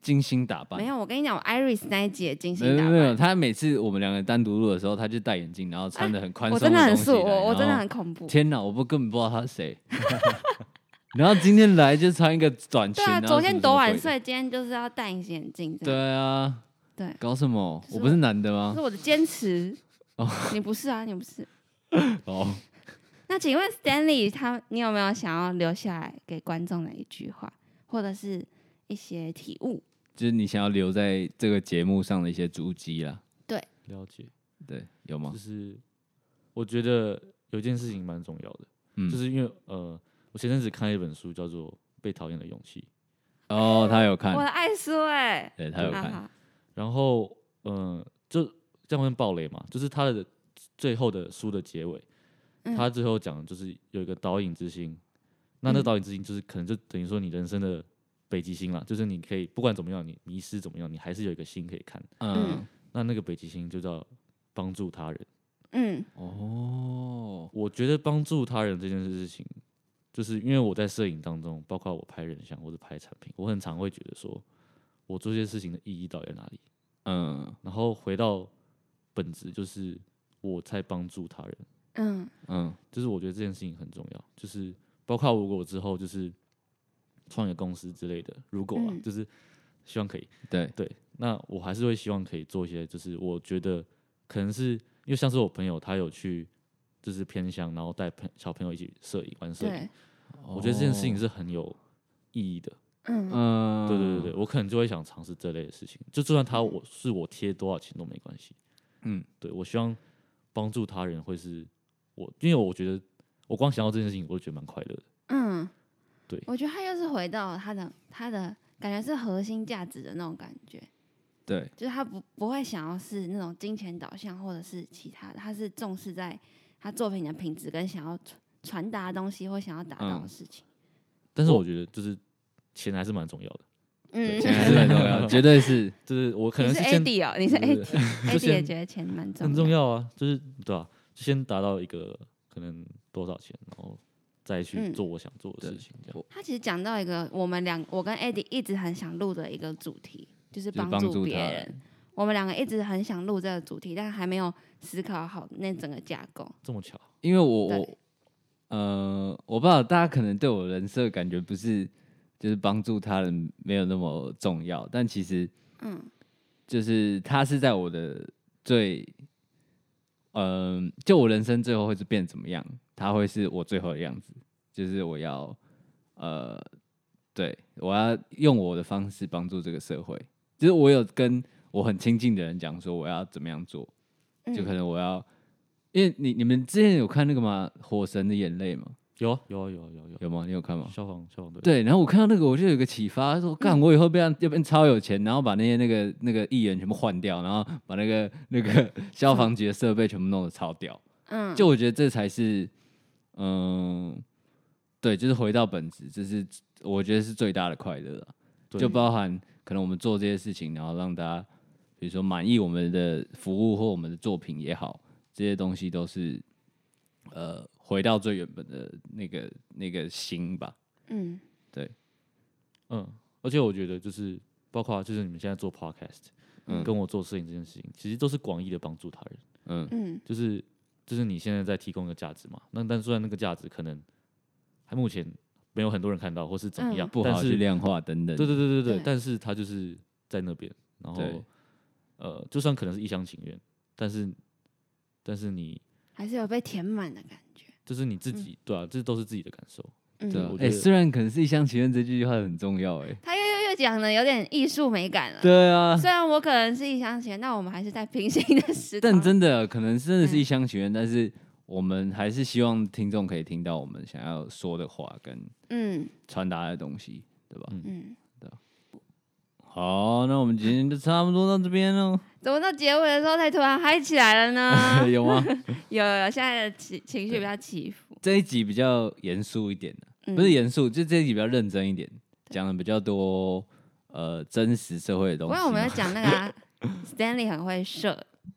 Speaker 2: 精心打扮。
Speaker 1: 没有，我跟你讲，我 Iris 那一集也精心打扮。
Speaker 2: 没有没有，他每次我们两个单独录的时候，他就戴眼镜，然后穿的很宽松的东西、
Speaker 1: 啊、我真的很素，我我真的很恐怖。
Speaker 2: 天哪，我不根本不知道他是谁。然后今天来就穿一个短裙。对
Speaker 1: 啊，昨天多晚睡，今天就是要戴隐形眼镜。
Speaker 2: 对啊。
Speaker 1: 对。
Speaker 2: 搞什么？我不是男的吗？
Speaker 1: 这是我的坚持。哦。你不是啊，你不是。哦。那请问 Stanley 他，你有没有想要留下来给观众的一句话，或者是一些体悟？
Speaker 2: 就是你想要留在这个节目上的一些足迹啦。
Speaker 1: 对，
Speaker 3: 了解。
Speaker 2: 对，有吗？
Speaker 3: 就是我觉得有一件事情蛮重要的，嗯，就是因为呃，我前阵子看了一本书，叫做《被讨厌的勇气》。
Speaker 2: 哦，他有看。
Speaker 1: 我的爱书哎、欸。
Speaker 2: 对，他有看。
Speaker 1: 啊、
Speaker 3: 然后呃，就这样会爆雷嘛？就是他的最后的书的结尾。他最后讲就是有一个导引之星，那那导引之星就是可能就等于说你人生的北极星啦，就是你可以不管怎么样，你迷失怎么样，你还是有一个星可以看。嗯，那那个北极星就叫帮助他人。嗯，哦，我觉得帮助他人这件事情，就是因为我在摄影当中，包括我拍人像或者拍产品，我很常会觉得说，我做这些事情的意义到底在哪里？嗯，然后回到本质，就是我在帮助他人。嗯嗯，就是我觉得这件事情很重要，就是包括如果我之后就是创业公司之类的，如果啊，嗯、就是希望可以，
Speaker 2: 对
Speaker 3: 对，那我还是会希望可以做一些，就是我觉得可能是因为像是我朋友他有去就是偏乡，然后带小朋友一起摄影玩摄影，我觉得这件事情是很有意义的。嗯，对对对对，我可能就会想尝试这类的事情，就就算他我是我贴多少钱都没关系。嗯，对我希望帮助他人会是。我因为我觉得，我光想到这件事情，我就觉得蛮快乐的。嗯，对，
Speaker 1: 我觉得他又是回到他的他的感觉是核心价值的那种感觉。
Speaker 2: 对，
Speaker 1: 就是他不不会想要是那种金钱导向或者是其他的，他是重视在他作品的品质跟想要传达的东西或想要达到的事情。嗯、
Speaker 3: 但是我觉得就是钱还是蛮重要的。
Speaker 2: 嗯，钱还是很重要，绝对是。
Speaker 3: 就是我可能是
Speaker 1: A D 哦，你是 A D，A D 也觉得钱蛮重要，
Speaker 3: 很重要啊，就是对吧、啊？就先达到一个可能多少钱，然后再去做我想做的事情。这样、嗯。
Speaker 1: 他其实讲到一个我们两，我跟 Eddie 一直很想录的一个主题，就是帮助别人。我们两个一直很想录这个主题，但还没有思考好那整个架构。
Speaker 3: 这么巧？
Speaker 2: 因为我我呃，我不知道大家可能对我人设感觉不是，就是帮助他人没有那么重要，但其实嗯，就是他是在我的最。嗯，就我人生最后会是变怎么样？它会是我最后的样子，就是我要，呃，对我要用我的方式帮助这个社会。就是我有跟我很亲近的人讲说我要怎么样做，就可能我要，因为你你们之前有看那个吗？《火神的眼泪》吗？
Speaker 3: 有有有有有
Speaker 2: 有吗？你有看吗？
Speaker 3: 消防消防队。
Speaker 2: 对，然后我看到那个，我就有一个启发，说干，我以后变要变超有钱，然后把那些那个那个艺人全部换掉，然后把那个那个消防局的设备全部弄得超屌。嗯，就我觉得这才是，嗯，对，就是回到本质，这是我觉得是最大的快乐啊。就包含可能我们做这些事情，然后让大家，比如说满意我们的服务或我们的作品也好，这些东西都是，呃。回到最原本的那个那个心吧，嗯，对，
Speaker 3: 嗯，而且我觉得就是包括就是你们现在做 podcast，嗯，跟我做摄影这件事情，其实都是广义的帮助他人，嗯嗯，就是就是你现在在提供一个价值嘛，那但虽然那个价值可能还目前没有很多人看到，或是怎么样，
Speaker 2: 嗯、不好去量化等等，
Speaker 3: 对对对对 对, 对，但是他就是在那边，然后呃，就算可能是一厢情愿，但是但是你
Speaker 1: 还是有被填满的感觉。
Speaker 3: 就是你自己、嗯、对啊，这都是自己的感受。
Speaker 2: 嗯、对啊，哎、欸，虽然可能是一厢情愿，这句话很重要、欸，哎，
Speaker 1: 他又又又讲的有点艺术美感了。
Speaker 2: 对啊，
Speaker 1: 虽然我可能是一厢情愿，但我们还是在平行的时空。
Speaker 2: 但真的可能真的是一厢情愿、嗯，但是我们还是希望听众可以听到我们想要说的话跟嗯传达的东西，对吧？嗯，对。好，那我们今天就差不多到这边喽。
Speaker 1: 怎么到结尾的时候才突然嗨起来了呢？
Speaker 2: 有吗？
Speaker 1: 有有，现在的情情绪比较起伏。
Speaker 2: 这一集比较严肃一点的，嗯、不是严肃，就这一集比较认真一点，讲的比较多呃真实社会的东西。
Speaker 1: 不然我们要讲那个、啊、Stanley 很会射，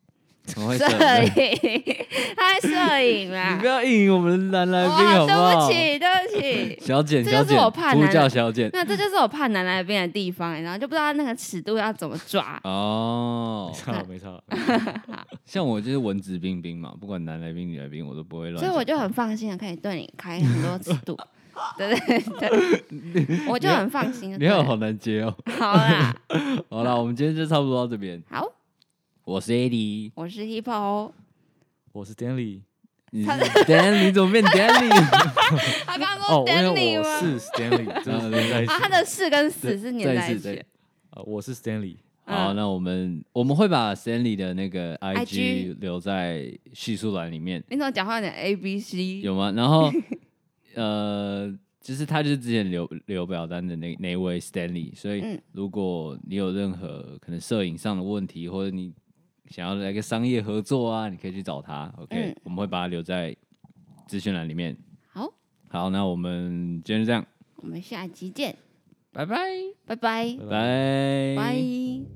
Speaker 1: 摄影，他在摄影啦。
Speaker 2: 你不要应我们男来宾好不
Speaker 1: 好？对不起，对不起，
Speaker 2: 小简，小简，呼叫小简。
Speaker 1: 那这就是我怕男来宾的地方，然后就不知道那个尺度要怎么抓。
Speaker 3: 哦，没错，没错。
Speaker 2: 像我就是文质彬彬嘛，不管男来宾女来宾，我都不会乱。
Speaker 1: 所以我就很放心的可以对你开很多尺度。对对对，我就很放心。
Speaker 2: 你好，好难接哦。
Speaker 1: 好啦，
Speaker 2: 好啦，我们今天就差不多到这边。
Speaker 1: 好。
Speaker 2: 我是 Eddie，
Speaker 1: 我是 Hippo，
Speaker 3: 我是 Stanley，
Speaker 2: 你是 Stanley 怎么变 Stanley？
Speaker 1: 他刚刚说 Stanley 吗？
Speaker 3: 我是 Stanley， 真的连在一起。
Speaker 1: 啊，他的是跟死是连在一起。
Speaker 3: 啊，我是 Stanley。
Speaker 2: 好，那我们我们会把 Stanley 的那个 I G 留在叙述栏里面。
Speaker 1: 你怎么讲话有点 A B C？
Speaker 2: 有吗？然后呃，就是他就是之前留留表单的那那位 Stanley， 所以如果你有任何可能摄影上的问题，或者你想要来个商业合作啊，你可以去找他 ，OK，、嗯、我们会把它留在资讯栏里面。
Speaker 1: 好，
Speaker 2: 好，那我们今天就这样，
Speaker 1: 我们下集见，
Speaker 2: 拜拜，
Speaker 1: 拜拜，
Speaker 2: 拜拜。
Speaker 1: 拜。